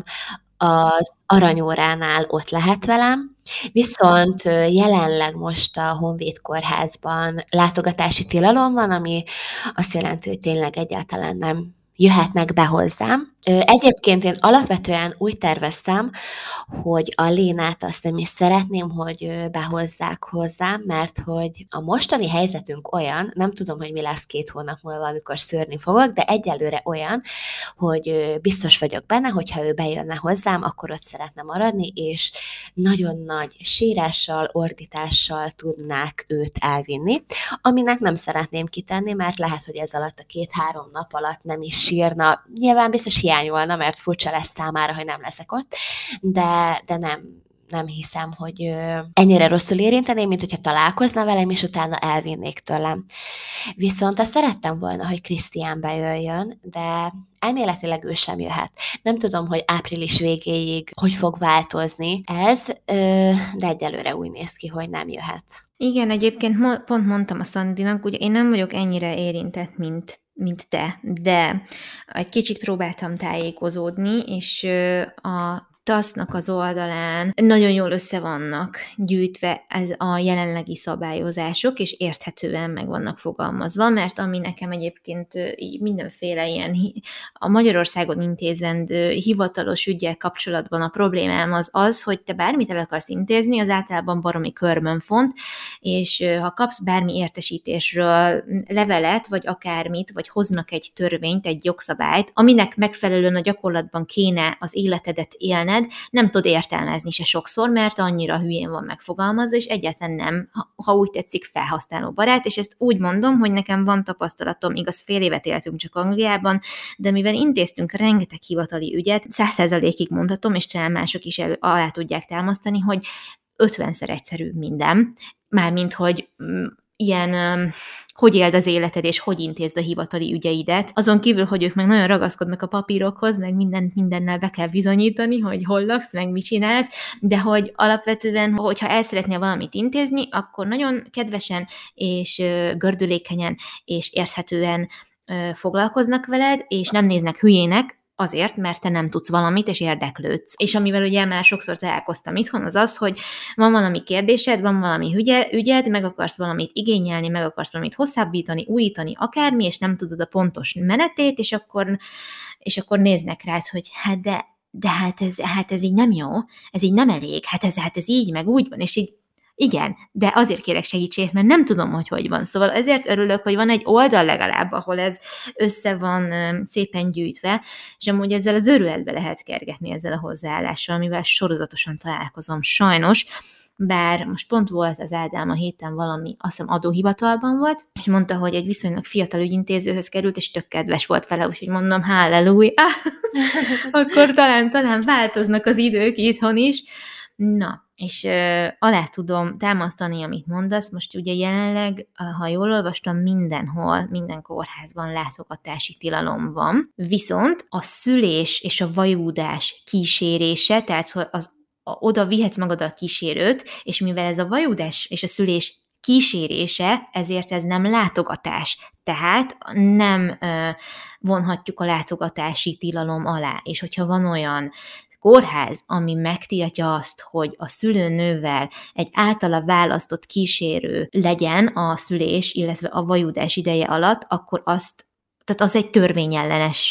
az aranyóránál ott lehet velem, viszont jelenleg most a Honvéd Kórházban látogatási tilalom van, ami azt jelenti, hogy tényleg egyáltalán nem jöhetnek be hozzám. Egyébként én alapvetően úgy terveztem, hogy a Lénát azt nem is szeretném, hogy behozzák hozzám, mert hogy a mostani helyzetünk olyan, nem tudom, hogy mi lesz 2 hónap múlva, amikor szőrni fogok, de egyelőre olyan, hogy biztos vagyok benne, hogyha ő bejönne hozzám, akkor ott szeretne maradni, és nagyon nagy sírással, ordítással tudnák őt elvinni, aminek nem szeretném kitenni, mert lehet, hogy ez alatt a 2-3 nap alatt nem is sírna. Nyilván biztos hiányolna, mert furcsa lesz számára, hogy nem leszek ott, de nem hiszem, hogy ennyire rosszul érinteném, mint hogyha találkozna velem, és utána elvinnék tőlem. Viszont azt szerettem volna, hogy Krisztián bejöjjön, de elméletileg ő sem jöhet. Nem tudom, hogy április végéig hogy fog változni ez, de egyelőre úgy néz ki, hogy nem jöhet. Igen, egyébként pont mondtam a Szandinak, ugye én nem vagyok ennyire érintett, mint te, de egy kicsit próbáltam tájékozódni, és a TASZ-nak az oldalán nagyon jól össze vannak gyűjtve ez a jelenlegi szabályozások, és érthetően meg vannak fogalmazva, mert ami nekem egyébként így mindenféle ilyen a Magyarországon intézendő hivatalos üggyel kapcsolatban a problémám az, hogy te bármit el akarsz intézni, az általában baromi körmön font, és ha kapsz bármi értesítésről levelet, vagy akármit, vagy hoznak egy törvényt, egy jogszabályt, aminek megfelelően a gyakorlatban kéne az életedet élned, nem tudod értelmezni se sokszor, mert annyira hülyén van megfogalmazva, és egyáltalán nem, ha úgy tetszik, felhasználóbarát, és ezt úgy mondom, hogy nekem van tapasztalatom, igaz, fél évet éltünk csak Angliában, de mivel intéztünk rengeteg hivatali ügyet, 100%-ig mondhatom, és talán mások is alá tudják támasztani, hogy 50-szer egyszerűbb minden, mármint, hogy ilyen, hogy éld az életed, és hogy intézd a hivatali ügyeidet. Azon kívül, hogy ők meg nagyon ragaszkodnak a papírokhoz, meg mindennel be kell bizonyítani, hogy hol laksz, meg mit csinálsz, de hogy alapvetően, hogyha el szeretnél valamit intézni, akkor nagyon kedvesen és gördülékenyen és érthetően foglalkoznak veled, és nem néznek hülyének, azért, mert te nem tudsz valamit, és érdeklődsz. És amivel ugye már sokszor találkoztam itthon, az, hogy van valami kérdésed, van valami ügyed, meg akarsz valamit igényelni, meg akarsz valamit hosszabbítani, újítani, akármi, és nem tudod a pontos menetét, és akkor néznek rád, hogy hát ez így nem jó, ez így nem elég, hát ez így, meg úgy van, és így igen, de azért kérek segítséget, mert nem tudom, hogy van. Szóval ezért örülök, hogy van egy oldal legalább, ahol ez össze van szépen gyűjtve, és amúgy ezzel az őrületbe lehet kergetni ezzel a hozzáállással, amivel sorozatosan találkozom sajnos, bár most pont volt az Ádám a héten valami, azt hiszem adóhivatalban volt, és mondta, hogy egy viszonylag fiatal ügyintézőhöz került, és tök kedves volt vele, úgyhogy mondom, halleluja, akkor talán változnak az idők itthon is. Na, és alá tudom támasztani, amit mondasz, most ugye jelenleg, ha jól olvastam, mindenhol, minden kórházban látogatási tilalom van, viszont a szülés és a vajúdás kísérése, tehát oda vihetsz magad a kísérőt, és mivel ez a vajúdás és a szülés kísérése, ezért ez nem látogatás. Tehát nem vonhatjuk a látogatási tilalom alá. És hogyha van olyan kórház, ami megtiltja azt, hogy a szülőnővel egy általa választott kísérő legyen a szülés, illetve a vajúdás ideje alatt, akkor tehát az egy törvényellenes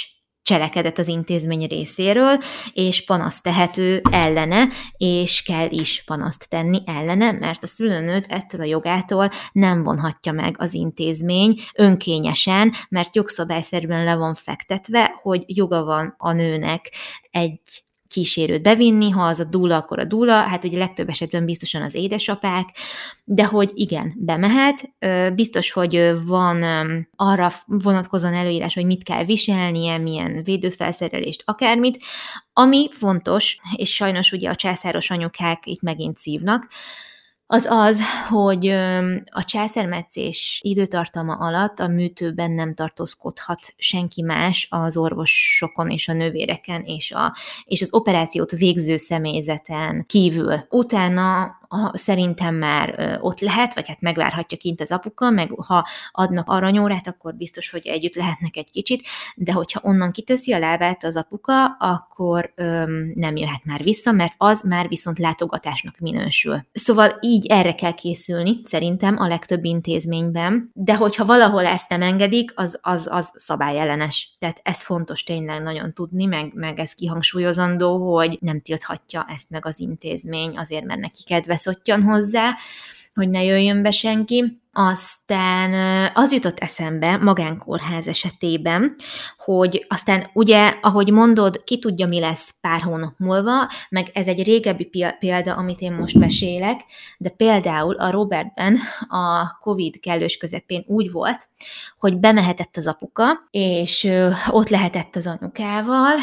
cselekedet az intézmény részéről, és panaszt tehető ellene, és kell is panaszt tenni ellene, mert a szülőnőt ettől a jogától nem vonhatja meg az intézmény önkényesen, mert jogszabályszerűen le van fektetve, hogy joga van a nőnek egy kísérőt bevinni, ha az a dúla, akkor a dúla, hát ugye legtöbb esetben biztosan az édesapák, de hogy igen, bemehet, biztos, hogy van arra vonatkozóan előírás, hogy mit kell viselnie, milyen védőfelszerelést, akármit, ami fontos, és sajnos ugye a császáros anyukák itt megint szívnak, az az, hogy a császármetszés időtartama alatt a műtőben nem tartózkodhat senki más az orvosokon és a nővéreken és az operációt végző személyzeten kívül. Utána szerintem már ott lehet, vagy hát megvárhatja kint az apuka, meg ha adnak aranyórát, akkor biztos, hogy együtt lehetnek egy kicsit, de hogyha onnan kiteszi a lábát az apuka, akkor nem jöhet már vissza, mert az már viszont látogatásnak minősül. Szóval így erre kell készülni, szerintem a legtöbb intézményben, de hogyha valahol ezt nem engedik, az szabályellenes. Tehát ez fontos tényleg nagyon tudni, meg ez kihangsúlyozandó, hogy nem tilthatja ezt meg az intézmény, azért mert neki kedve szottyan hozzá, hogy ne jöjjön be senki. Aztán az jutott eszembe magánkórház esetében, hogy aztán ugye, ahogy mondod, ki tudja, mi lesz pár hónap múlva, meg ez egy régebbi példa, amit én most mesélek, de például a Robertben a Covid kellős közepén úgy volt, hogy bemehetett az apuka, és ott lehetett az anyukával,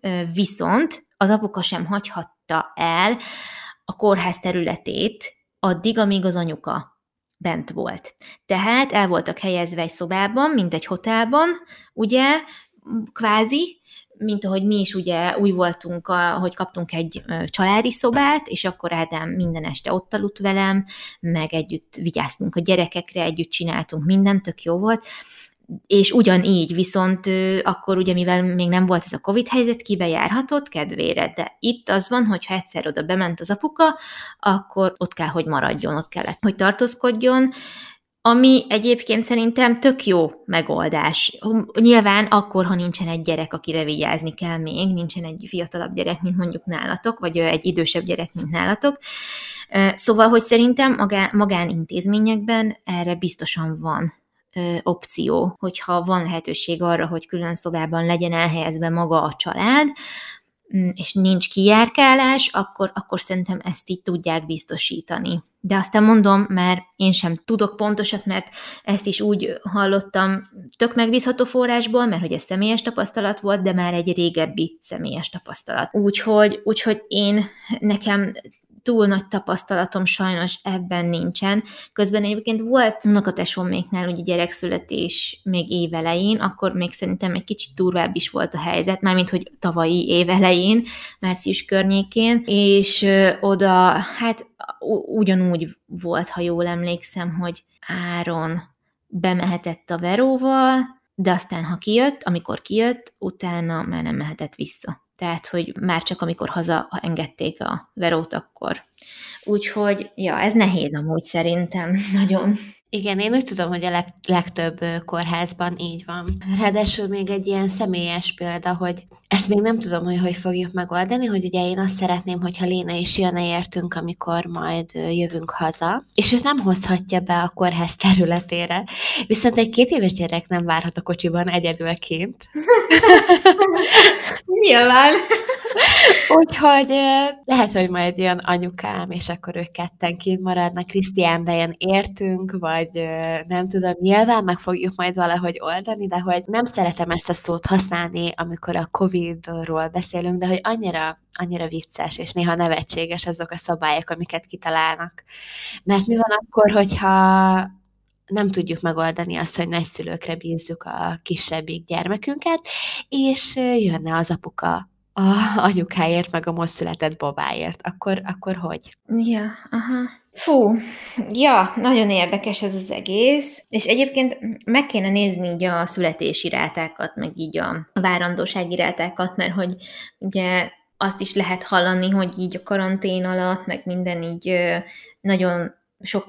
viszont az apuka sem hagyhatta el a kórház területét addig, amíg az anyuka bent volt. Tehát el voltak helyezve egy szobában, mint egy hotelban, ugye, kvázi, mint ahogy mi is ugye úgy voltunk, hogy kaptunk egy családi szobát, és akkor Ádám minden este ott aludt velem, meg együtt vigyáztunk a gyerekekre, együtt csináltunk mindent, tök jó volt, és ugyanígy, viszont akkor ugye, mivel még nem volt ez a Covid helyzet, kibe járhatott kedvére, de itt az van, hogyha egyszer oda bement az apuka, akkor ott kell, hogy maradjon, ott kellett, hogy tartózkodjon, ami egyébként szerintem tök jó megoldás. Nyilván akkor, ha nincsen egy gyerek, akire vigyázni kell még, nincsen egy fiatalabb gyerek, mint mondjuk nálatok, vagy egy idősebb gyerek, mint nálatok. Szóval, hogy szerintem magánintézményekben erre biztosan van opció, hogyha van lehetőség arra, hogy külön szobában legyen elhelyezve maga a család, és nincs kijárkálás, akkor szerintem ezt így tudják biztosítani. De aztán mondom, mert én sem tudok pontosat, mert ezt is úgy hallottam tök megbízható forrásból, mert hogy ez személyes tapasztalat volt, de már egy régebbi személyes tapasztalat. Úgyhogy nekem túl nagy tapasztalatom sajnos ebben nincsen. Közben egyébként volt unokatestvéréknál ugye gyerekszületés még évelején, akkor még szerintem egy kicsit durvább is volt a helyzet, mármint hogy tavalyi évelején, március környékén, és oda hát ugyanúgy volt, ha jól emlékszem, hogy Áron bemehetett a Veróval, de aztán amikor kijött, utána már nem mehetett vissza. Tehát, hogy már csak amikor haza engedték a Verót, akkor. Úgyhogy, ja, ez nehéz amúgy szerintem, nagyon. Igen, én úgy tudom, hogy a legtöbb kórházban így van. Ráadásul még egy ilyen személyes példa, hogy ezt még nem tudom, hogy fogjuk megoldani, hogy ugye én azt szeretném, hogyha Léna is jönne értünk, amikor majd jövünk haza, és őt nem hozhatja be a kórház területére, viszont egy 2 éves gyerek nem várhat a kocsiban egyedülként. Nyilván. Úgyhogy lehet, hogy majd jön anyukám, és akkor ők ketten kint maradnak, Krisztián bejön értünk, vagy nem tudom, nyilván meg fogjuk majd valahogy oldani, de hogy nem szeretem ezt a szót használni, amikor a Covid-ról beszélünk, de hogy annyira vicces, és néha nevetséges azok a szabályok, amiket kitalálnak. Mert mi van akkor, hogyha nem tudjuk megoldani azt, hogy nagyszülőkre bízzuk a kisebbik gyermekünket, és jönne az apuka a anyukáért, meg a most született babáért, akkor hogy? Ja, aha. Fú, ja, nagyon érdekes ez az egész, és egyébként meg kéne nézni így a születési rátákat, meg így a várandósági rátákat, mert hogy ugye azt is lehet hallani, hogy így a karantén alatt, meg minden így nagyon sokan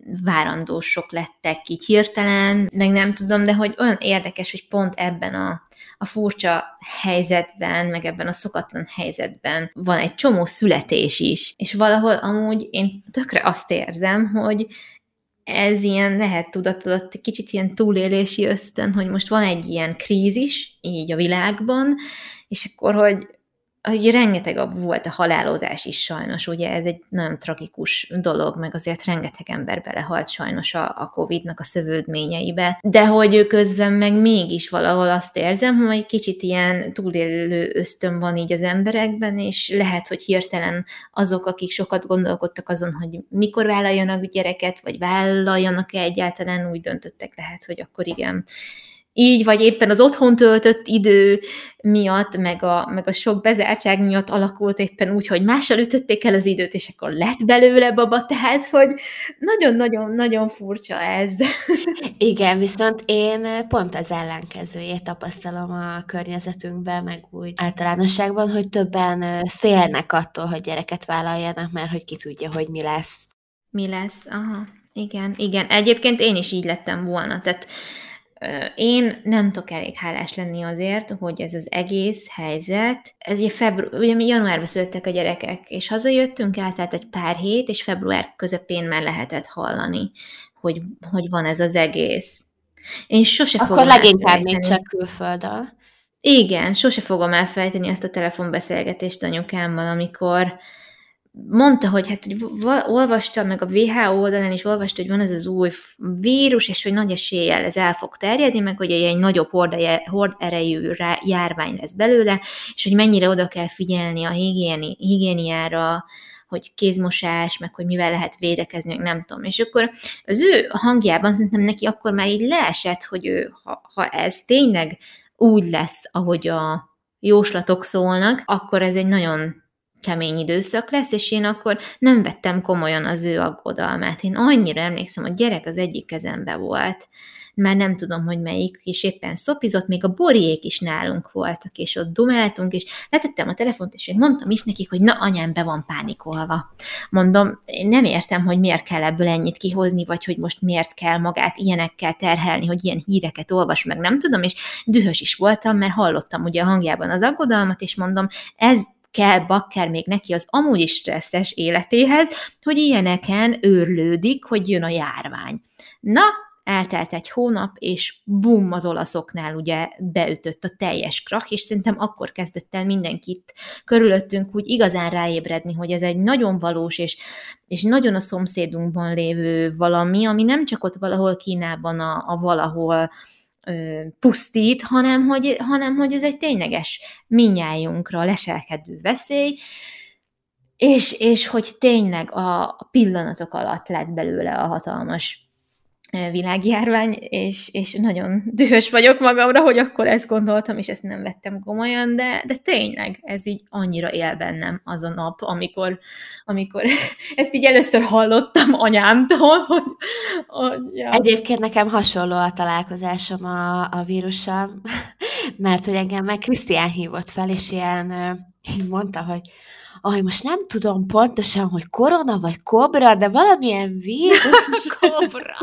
várandósok lettek így hirtelen, meg nem tudom, de hogy olyan érdekes, hogy pont ebben a furcsa helyzetben, meg ebben a szokatlan helyzetben van egy csomó születés is, és valahol amúgy én tökre azt érzem, hogy ez ilyen lehet tudatodott, kicsit ilyen túlélési ösztön, hogy most van egy ilyen krízis így a világban, és akkor, hogy rengeteg volt a halálozás is sajnos, ugye ez egy nagyon tragikus dolog, meg azért rengeteg ember belehalt sajnos a Covid-nak a szövődményeibe, de hogy közben meg mégis valahol azt érzem, hogy egy kicsit ilyen túlélő ösztön van így az emberekben, és lehet, hogy hirtelen azok, akik sokat gondolkodtak azon, hogy mikor vállaljanak gyereket, vagy vállaljanak-e egyáltalán, úgy döntöttek lehet, hogy akkor igen, így, vagy éppen az otthon töltött idő miatt, meg a sok bezártság miatt alakult éppen úgy, hogy mással ütötték el az időt, és akkor lett belőle baba, tehát, hogy nagyon-nagyon-nagyon furcsa ez. Igen, viszont én pont az ellenkezőjét tapasztalom a környezetünkben, meg úgy általánosságban, hogy többen félnek attól, hogy gyereket vállaljanak, mert hogy ki tudja, hogy mi lesz. Mi lesz? Aha, igen. Egyébként én is így lettem volna, tehát én nem tudok elég hálás lenni azért, hogy ez az egész helyzet, ez ugye mi januárban születtek a gyerekek, és hazajöttünk, eltelt egy pár hét, és február közepén már lehetett hallani, hogy van ez az egész. Én sose Akkor fogom leginkább még elfelejteni. csak külföldön. Igen, sose fogom elfelejteni azt a telefonbeszélgetést anyukámmal, amikor mondta, hogy hát hogy olvasta, meg a WHO oldalán is olvasta, hogy van ez az új vírus, és hogy nagy eséllyel ez el fog terjedni, meg hogy egy nagyobb horderejű járvány lesz belőle, és hogy mennyire oda kell figyelni a higiéniára, hogy kézmosás, meg hogy mivel lehet védekezni, meg nem tudom. És akkor az ő hangjában szerintem neki akkor már így leesett, hogy ő, ha ez tényleg úgy lesz, ahogy a jóslatok szólnak, akkor ez egy nagyon kemény időszak lesz, és én akkor nem vettem komolyan az ő aggodalmát. Én annyira emlékszem, hogy gyerek az egyik kezembe volt, már nem tudom, hogy melyik, és éppen szopizott, még a Boriék is nálunk voltak, és ott dumáltunk, és letettem a telefont, és én mondtam is nekik, hogy na, anyám be van pánikolva. Mondom, én nem értem, hogy miért kell ebből ennyit kihozni, vagy hogy most miért kell magát ilyenekkel terhelni, hogy ilyen híreket olvas, meg nem tudom, és dühös is voltam, mert hallottam ugye a hangjában az aggodalmat, és mondom, ez kell bakker még neki az amúgy is stresszes életéhez, hogy ilyeneken őrlődik, hogy jön a járvány. Na, eltelt egy hónap, és bum, az olaszoknál ugye beütött a teljes krach, és szerintem akkor kezdett el mindenkit körülöttünk úgy igazán ráébredni, hogy ez egy nagyon valós, és nagyon a szomszédunkban lévő valami, ami nem csak ott valahol Kínában a valahol pusztít, hanem hogy ez egy tényleges mindnyájunkra leselkedő veszély, és hogy tényleg a pillanatok alatt lett belőle a hatalmas világjárvány, és nagyon dühös vagyok magamra, hogy akkor ezt gondoltam, és ezt nem vettem komolyan, de tényleg ez így annyira él bennem az a nap, amikor ezt így először hallottam anyámtól, hogy ja. Egyébként nekem hasonló a találkozásom a vírussal, mert hogy engem meg Krisztián hívott fel, és így mondta, hogy most nem tudom pontosan, hogy korona vagy kobra, de valamilyen vírus. Kobra.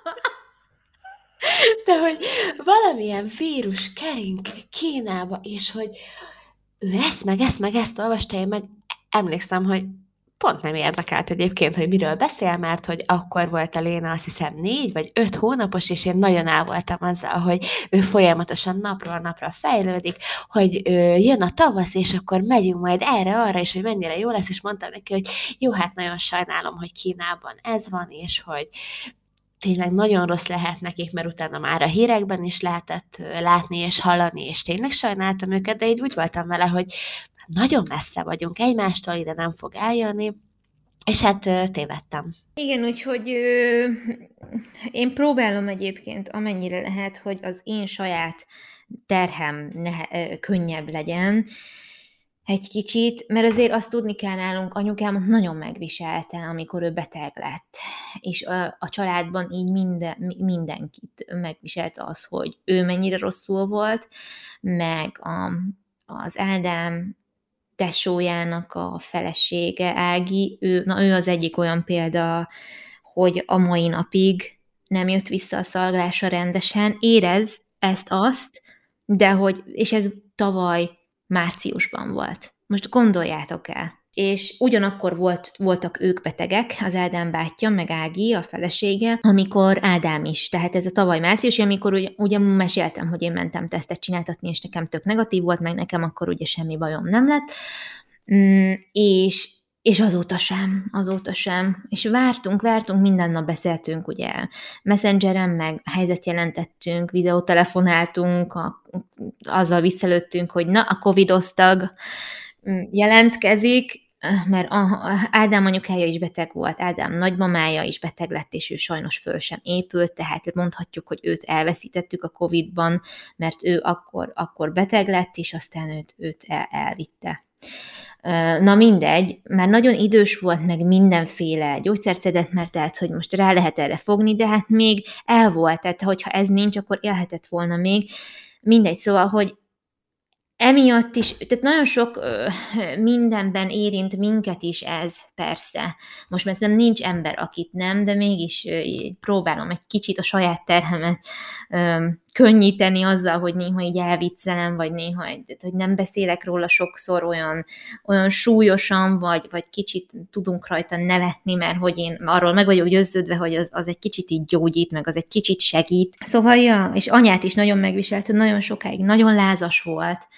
De hogy valamilyen vírus kering Kínába, és hogy ő ezt meg ezt olvasta, én meg emlékszem, hogy pont nem érdekelt egyébként, hogy miről beszél, mert hogy akkor volt a Léna, azt hiszem 4 vagy 5 hónapos, és én nagyon el voltam azzal, hogy ő folyamatosan napról napra fejlődik, hogy jön a tavasz, és akkor megyünk majd erre-arra, és hogy mennyire jó lesz, és mondtam neki, hogy jó, hát nagyon sajnálom, hogy Kínában ez van, és hogy tényleg nagyon rossz lehet nekik, mert utána már a hírekben is lehetett látni és hallani, és tényleg sajnáltam őket, de így úgy voltam vele, hogy nagyon messze vagyunk egymástól, ide nem fog eljönni, és hát tévedtem. Igen, úgyhogy én próbálom egyébként, amennyire lehet, hogy az én saját terhem könnyebb legyen egy kicsit, mert azért azt tudni kell nálunk, anyukám nagyon megviselte, amikor ő beteg lett, és a családban így mindenkit megviselt az, hogy ő mennyire rosszul volt, meg az Ádám tesójának a felesége, Ági, ő az egyik olyan példa, hogy a mai napig nem jött vissza a szalgása rendesen, érez ezt-azt, de hogy, és ez tavaly márciusban volt. Most gondoljátok el. És ugyanakkor voltak ők betegek, az Ádám bátyja, meg Ági, a felesége, amikor Ádám is. Tehát ez a tavaly március, amikor ugye meséltem, hogy én mentem tesztet csináltatni, és nekem tök negatív volt, meg nekem akkor ugye semmi bajom nem lett. És azóta sem. És vártunk, minden nap beszéltünk, ugye, Messengeren, meg helyzetjelentettünk, videótelefonáltunk, azzal visszalőttünk, hogy na, a Covid-osztag jelentkezik, mert Ádám anyukája is beteg volt, Ádám nagymamája is beteg lett, és ő sajnos föl sem épült, tehát mondhatjuk, hogy őt elveszítettük a Covid-ban, mert ő akkor beteg lett, és aztán őt elvitte. Na mindegy, már nagyon idős volt, meg mindenféle gyógyszert szedett, mert tehát, hogy most rá lehet erre fogni, de hát még el volt, tehát hogyha ez nincs, akkor élhetett volna még. Mindegy, szóval, hogy emiatt is, tehát nagyon sok mindenben érint minket is ez, persze. Most mert nem nincs ember, akit nem, de mégis próbálom egy kicsit a saját terhemet könnyíteni azzal, hogy néha így elviccelem, vagy néha hogy nem beszélek róla sokszor olyan súlyosan, vagy kicsit tudunk rajta nevetni, mert hogy én arról meg vagyok győződve, hogy az egy kicsit így gyógyít, meg az egy kicsit segít. Szóval, ja, és anyát is nagyon megviselt, hogy nagyon sokáig nagyon lázas volt,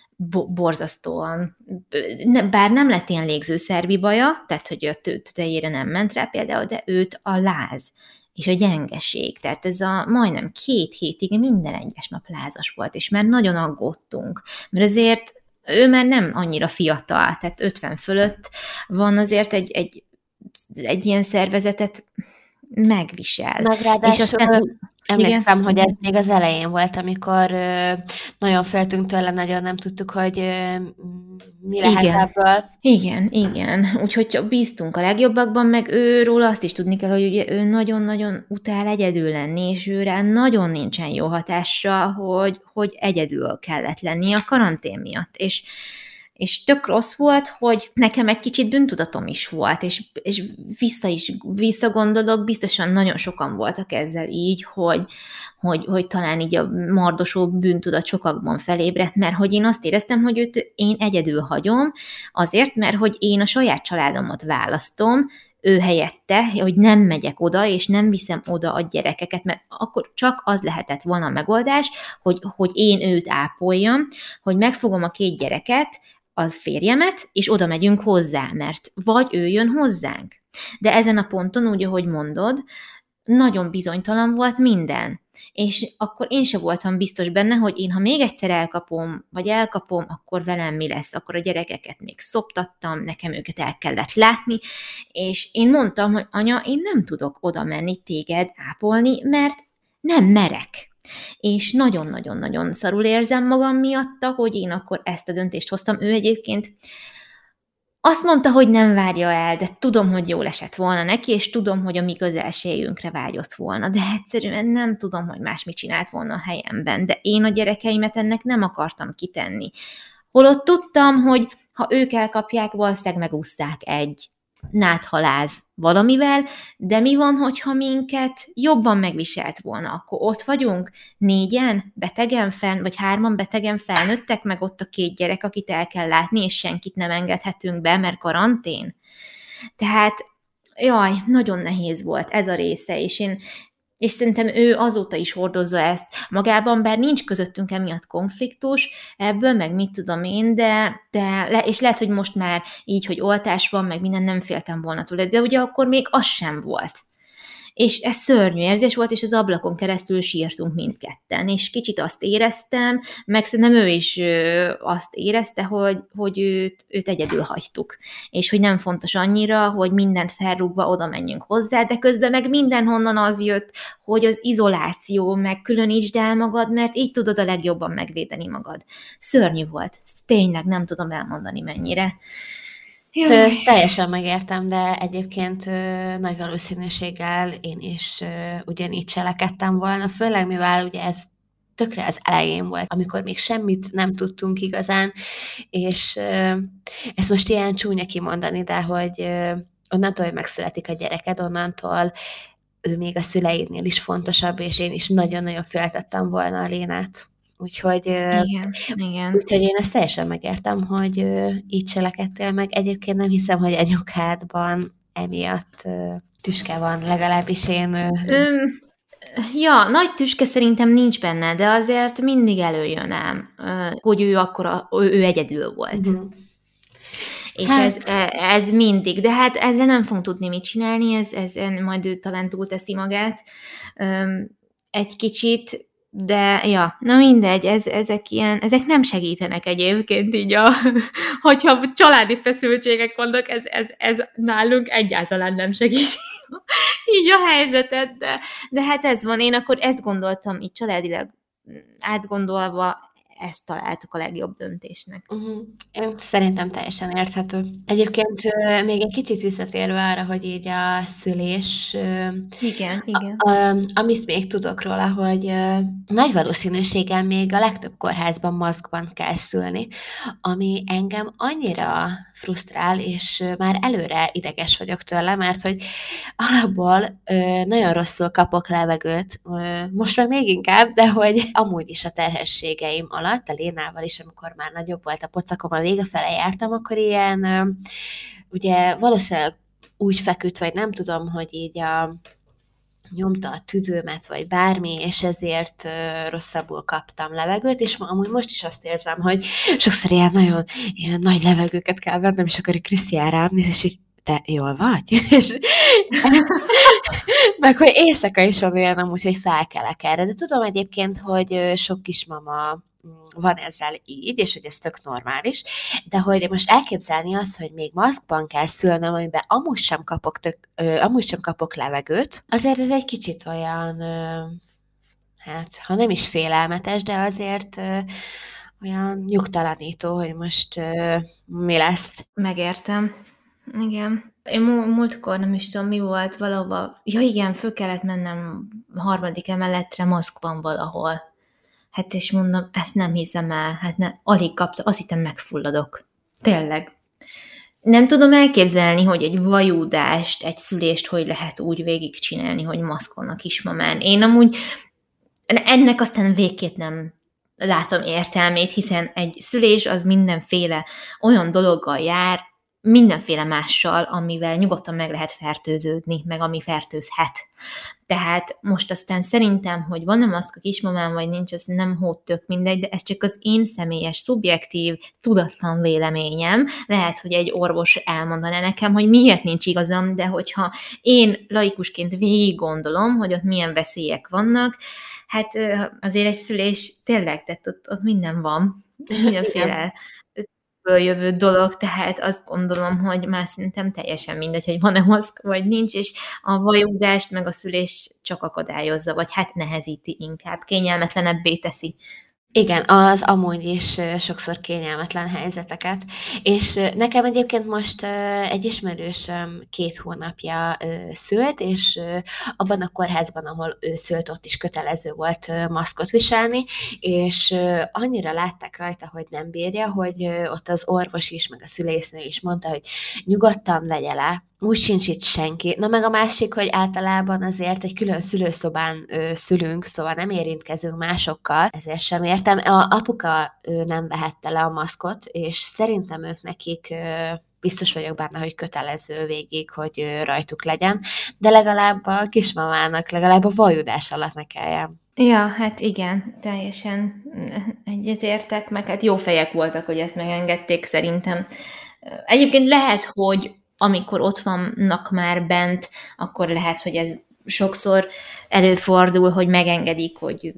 borzasztóan. Bár nem lett ilyen légzőszervi baja, tehát hogy a tetejére nem ment rá például, de őt a láz és a gyengeség, tehát ez a majdnem 2 hétig minden egyes nap lázas volt, és már nagyon aggódtunk, mert azért ő már nem annyira fiatal, tehát 50 fölött van, azért egy ilyen szervezetet megvisel. Meg ráadásul, és aztán, emlékszem, igen, hogy ez még az elején volt, amikor nagyon féltünk tőle, nagyon nem tudtuk, hogy mi lehet ebből. Igen. Úgyhogy csak bíztunk a legjobbakban, meg őról azt is tudni kell, hogy ugye ő nagyon-nagyon utál egyedül lenni, és őre nagyon nincsen jó hatása, hogy egyedül kellett lenni a karantén miatt. És tök rossz volt, hogy nekem egy kicsit bűntudatom is volt, és visszagondolok, biztosan nagyon sokan voltak ezzel így, hogy talán így a mardosó bűntudat sokakban felébredt, mert hogy én azt éreztem, hogy őt én egyedül hagyom, azért, mert hogy én a saját családomat választom, ő helyette, hogy nem megyek oda, és nem viszem oda a gyerekeket, mert akkor csak az lehetett volna a megoldás, hogy én őt ápoljam, hogy megfogom a 2 gyereket, az férjemet, és oda megyünk hozzá, mert vagy ő jön hozzánk. De ezen a ponton, úgy, ahogy mondod, nagyon bizonytalan volt minden. És akkor én sem voltam biztos benne, hogy én, ha még egyszer elkapom, akkor velem mi lesz. Akkor a gyerekeket még szoptattam, nekem őket el kellett látni, és én mondtam, hogy anya, én nem tudok oda menni téged ápolni, mert nem merek. És nagyon-nagyon-nagyon szarul érzem magam miatta, hogy én akkor ezt a döntést hoztam. Ő egyébként azt mondta, hogy nem várja el, de tudom, hogy jól esett volna neki, és tudom, hogy a mi közelségünkre vágyott volna, de egyszerűen nem tudom, hogy más mit csinált volna a helyemben, de én a gyerekeimet ennek nem akartam kitenni. Holott tudtam, hogy ha ők elkapják, valószínűleg megússzák egy náthaláz valamivel, de mi van, hogyha minket jobban megviselt volna? Akkor ott vagyunk 4 betegen vagy 3 betegen felnőttek, meg ott a 2 gyerek, akit el kell látni, és senkit nem engedhetünk be, mert karantén. Tehát, jaj, nagyon nehéz volt ez a része, és szerintem ő azóta is hordozza ezt magában, bár nincs közöttünk emiatt konfliktus, ebből meg mit tudom én, és lehet, hogy most már így, hogy oltás van, meg minden, nem féltem volna tőle, de ugye akkor még az sem volt. És ez szörnyű érzés volt, és az ablakon keresztül sírtunk mindketten, és kicsit azt éreztem, meg szerintem ő is azt érezte, hogy őt egyedül hagytuk, és hogy nem fontos annyira, hogy mindent felrúgva oda menjünk hozzá, de közben meg mindenhonnan az jött, hogy az izoláció, meg különítsd el magad, mert így tudod a legjobban megvédeni magad. Szörnyű volt. Tényleg nem tudom elmondani mennyire. Teljesen megértem, de egyébként nagy valószínűséggel én is ugyanígy cselekedtem volna, főleg mivel ugye ez tökre az elején volt, amikor még semmit nem tudtunk igazán, és ezt most ilyen csúnya kimondani, de hogy onnantól, hogy megszületik a gyereked, onnantól ő még a szüleidnél is fontosabb, és én is nagyon-nagyon féltettem volna a Lénát. Úgyhogy Igen. én ezt teljesen megértem, hogy így cselekedtél meg. Egyébként nem hiszem, hogy anyukádban emiatt tüske van, legalábbis én... Ja, nagy tüske szerintem nincs benne, de azért mindig előjön ám, hogy ő akkor ő egyedül volt. És hát... ez mindig, de hát ezzel nem fogunk tudni mit csinálni, ez majd ő talán túlteszi magát egy kicsit, de ja, na mindegy, ezek nem segítenek egyébként így, hogyha családi feszültségek vannak, ez nálunk egyáltalán nem segít így a helyzetet, de hát ez van, én akkor ezt gondoltam így családilag átgondolva, ezt találtuk a legjobb döntésnek. Szerintem teljesen érthető. Egyébként még egy kicsit visszatérve arra, hogy így a szülés... Igen. Amit még tudok róla, hogy nagy valószínűséggel még a legtöbb kórházban maszkban kell szülni, ami engem annyira frusztrál, és már előre ideges vagyok tőle, mert hogy alapból nagyon rosszul kapok levegőt, most már még inkább, de hogy amúgy is a terhességeim alatt, a Lénával is, amikor már nagyobb volt a pocakom, a vége fele jártam, akkor ilyen, ugye valószínűleg úgy feküdt, vagy nem tudom, hogy így nyomta a tüdőmet, vagy bármi, és ezért rosszabbul kaptam levegőt, és amúgy most is azt érzem, hogy sokszor ilyen nagy levegőket kell vennem, és akkor Krisztián rám néz, és így, te jól vagy? Meg hogy éjszaka is van olyan amúgy, hogy felkelek erre, de tudom egyébként, hogy sok kismama van ezzel így, és hogy ez tök normális, de hogy most elképzelni azt, hogy még maszkban kell szülnöm, amiben amúgy sem kapok levegőt, azért ez egy kicsit olyan, hát ha nem is félelmetes, de azért olyan nyugtalanító, hogy most mi lesz. Megértem. Igen. Én múltkor nem is tudom, mi volt valahova. Ja igen, föl kellett mennem a 3. emeletre maszkban valahol. Hát és mondom, ezt nem hiszem el. Hát alig kapta, azt hittem megfulladok. Tényleg. Nem tudom elképzelni, hogy egy vajúdást, egy szülést hogy lehet úgy végigcsinálni, hogy maszkon a kismamán. Én amúgy ennek aztán végképp nem látom értelmét, hiszen egy szülés az mindenféle olyan dologgal jár, mindenféle mással, amivel nyugodtan meg lehet fertőződni, meg ami fertőzhet. Tehát most aztán szerintem, hogy van-e maszk a kismamán, vagy nincs, ez nem tök mindegy, de ez csak az én személyes, szubjektív, tudatlan véleményem. Lehet, hogy egy orvos elmondaná nekem, hogy miért nincs igazam, de hogyha én laikusként végig gondolom, hogy ott milyen veszélyek vannak, hát azért egy szülés tényleg, tehát ott minden van, mindenféle jövő dolog, tehát azt gondolom, hogy már szerintem teljesen mindegy, hogy van-e maszk, vagy nincs, és a vajúdást meg a szülést csak akadályozza, vagy hát nehezíti inkább, kényelmetlenebbé teszi. Igen, az amúgy is sokszor kényelmetlen helyzeteket, és nekem egyébként most egy ismerősöm 2 hónapja szült, és abban a kórházban, ahol ő szült, ott is kötelező volt maszkot viselni, és annyira látták rajta, hogy nem bírja, hogy ott az orvos is, meg a szülésznő is mondta, hogy nyugodtan vegye le, úgy sincs itt senki. Na meg a másik, hogy általában azért egy külön szülőszobán szülünk, szóval nem érintkezünk másokkal, ezért sem értem. A apuka nem vehette le a maszkot, és szerintem ők nekik biztos vagyok benne, hogy kötelező végig, hogy rajtuk legyen, de legalább a kismamának, legalább a vajudás alatt ne kelljen. Ja, hát igen, teljesen egyetértek, meg hát jó fejek voltak, hogy ezt megengedték szerintem. Egyébként lehet, hogy amikor ott vannak már bent, akkor lehet, hogy ez sokszor előfordul, hogy megengedik,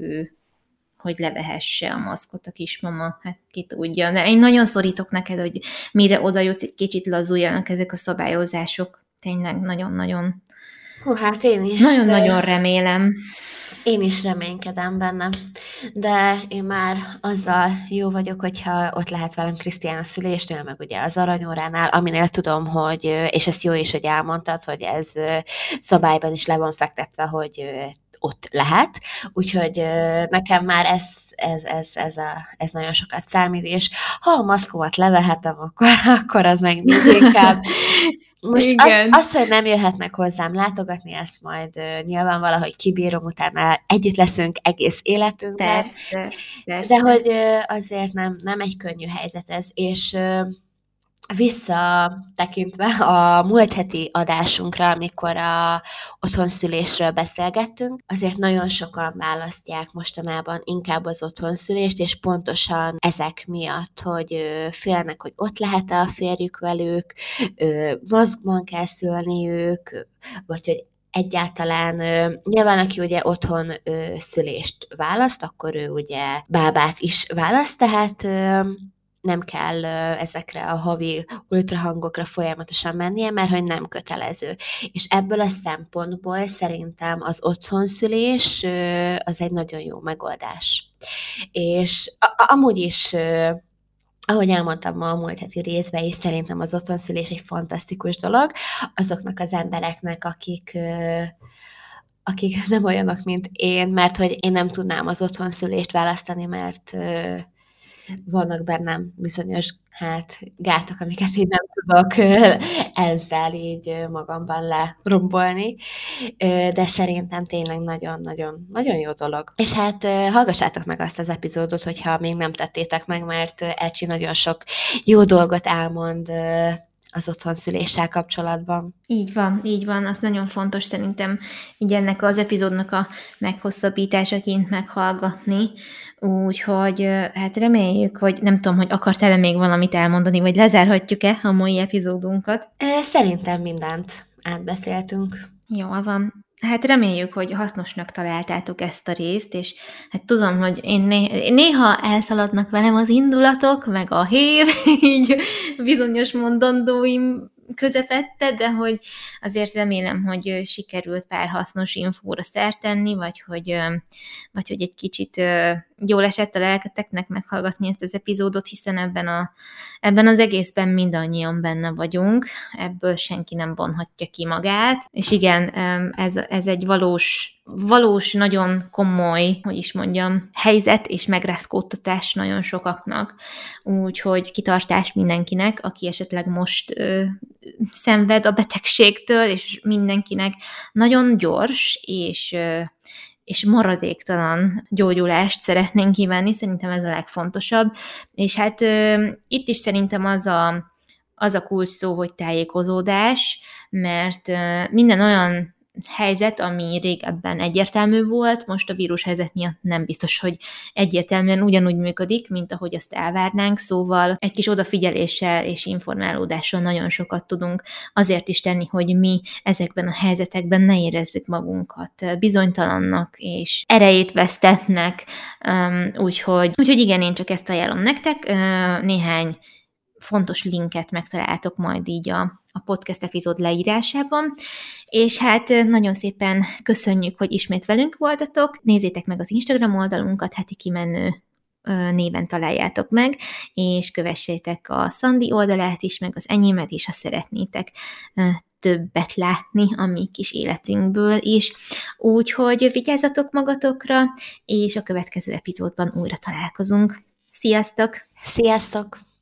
hogy levehesse a maszkot a kismama, hát ki tudja. De én nagyon szorítok neked, hogy mire oda jutsz, egy kicsit lazuljanak ezek a szabályozások. Tényleg nagyon-nagyon... Hát én is. Nagyon-nagyon remélem. Én is reménykedem benne, de én már azzal jó vagyok, hogyha ott lehet velem Krisztián a szülésnél, meg ugye az aranyóránál, aminél tudom, hogy, és ezt jó is, hogy elmondtad, hogy ez szabályban is le van fektetve, hogy ott lehet, úgyhogy nekem már ez nagyon sokat számít, és ha a maszkomat levehetem, akkor az meg még inkább Most Igen. az, hogy nem jöhetnek hozzám látogatni, ezt majd nyilván valahogy kibírom, utána együtt leszünk egész életünkben. Persze, De persze. hogy azért nem egy könnyű helyzet ez, és visszatekintve a múlt heti adásunkra, amikor a otthonszülésről beszélgettünk, azért nagyon sokan választják mostanában inkább az otthonszülést, és pontosan ezek miatt, hogy félnek, hogy ott lehet-e a férjük velük, mozgban kell szülniük, vagy hogy egyáltalán nyilván, aki ugye otthon szülést választ, akkor ő ugye bábát is választ, tehát nem kell ezekre a havi ultrahangokra folyamatosan mennie, mert hogy nem kötelező. És ebből a szempontból szerintem az otthonszülés az egy nagyon jó megoldás. És amúgy is ahogy elmondtam ma a múlt heti részben is, szerintem az otthonszülés egy fantasztikus dolog azoknak az embereknek, akik nem olyanok, mint én, mert hogy én nem tudnám az otthonszülést választani, mert vannak bennem bizonyos gátak, amiket én nem tudok ezzel így magamban lerombolni, de szerintem tényleg nagyon jó dolog. És hát hallgassátok meg azt az epizódot, hogyha még nem tettétek meg, mert Elcsi nagyon sok jó dolgot elmond az otthonszüléssel kapcsolatban. Így van, az nagyon fontos szerintem így ennek az epizódnak a meghosszabbításaként meghallgatni, úgyhogy hát reméljük, hogy nem tudom, hogy akartál-e még valamit elmondani, vagy lezárhatjuk-e a mai epizódunkat? Szerintem mindent átbeszéltünk. Jól van. Hát reméljük, hogy hasznosnak találtátok ezt a részt, és hát tudom, hogy én néha elszaladnak velem az indulatok, meg a hév, így bizonyos mondandóim közepette, de hogy azért remélem, hogy sikerült pár hasznos infóra szert tenni, vagy hogy egy kicsit jól esett a lelketeknek meghallgatni ezt az epizódot, hiszen ebben az egészben mindannyian benne vagyunk, ebből senki nem vonhatja ki magát, és igen, ez egy valós, nagyon komoly, hogy is mondjam, helyzet és megrázkódtatás nagyon sokaknak, úgyhogy kitartás mindenkinek, aki esetleg most szenved a betegségtől, és mindenkinek nagyon gyors és maradéktalan gyógyulást szeretnénk kívánni, szerintem ez a legfontosabb, és hát itt is szerintem az a kulcs szó, hogy tájékozódás, mert minden olyan helyzet, ami régebben egyértelmű volt, most a vírushelyzet miatt nem biztos, hogy egyértelműen ugyanúgy működik, mint ahogy azt elvárnánk, szóval egy kis odafigyeléssel és informálódással nagyon sokat tudunk azért is tenni, hogy mi ezekben a helyzetekben ne érezzük magunkat bizonytalannak és erejét vesztettnek, úgyhogy igen, én csak ezt ajánlom nektek, néhány fontos linket megtaláltok majd így a podcast epizód leírásában, és hát nagyon szépen köszönjük, hogy ismét velünk voltatok, nézzétek meg az Instagram oldalunkat, Heti Kimenő néven találjátok meg, és kövessétek a Szandi oldalát is, meg az enyémet is, ha szeretnétek többet látni a mi kis életünkből is. Úgyhogy vigyázzatok magatokra, és a következő epizódban újra találkozunk. Sziasztok! Sziasztok!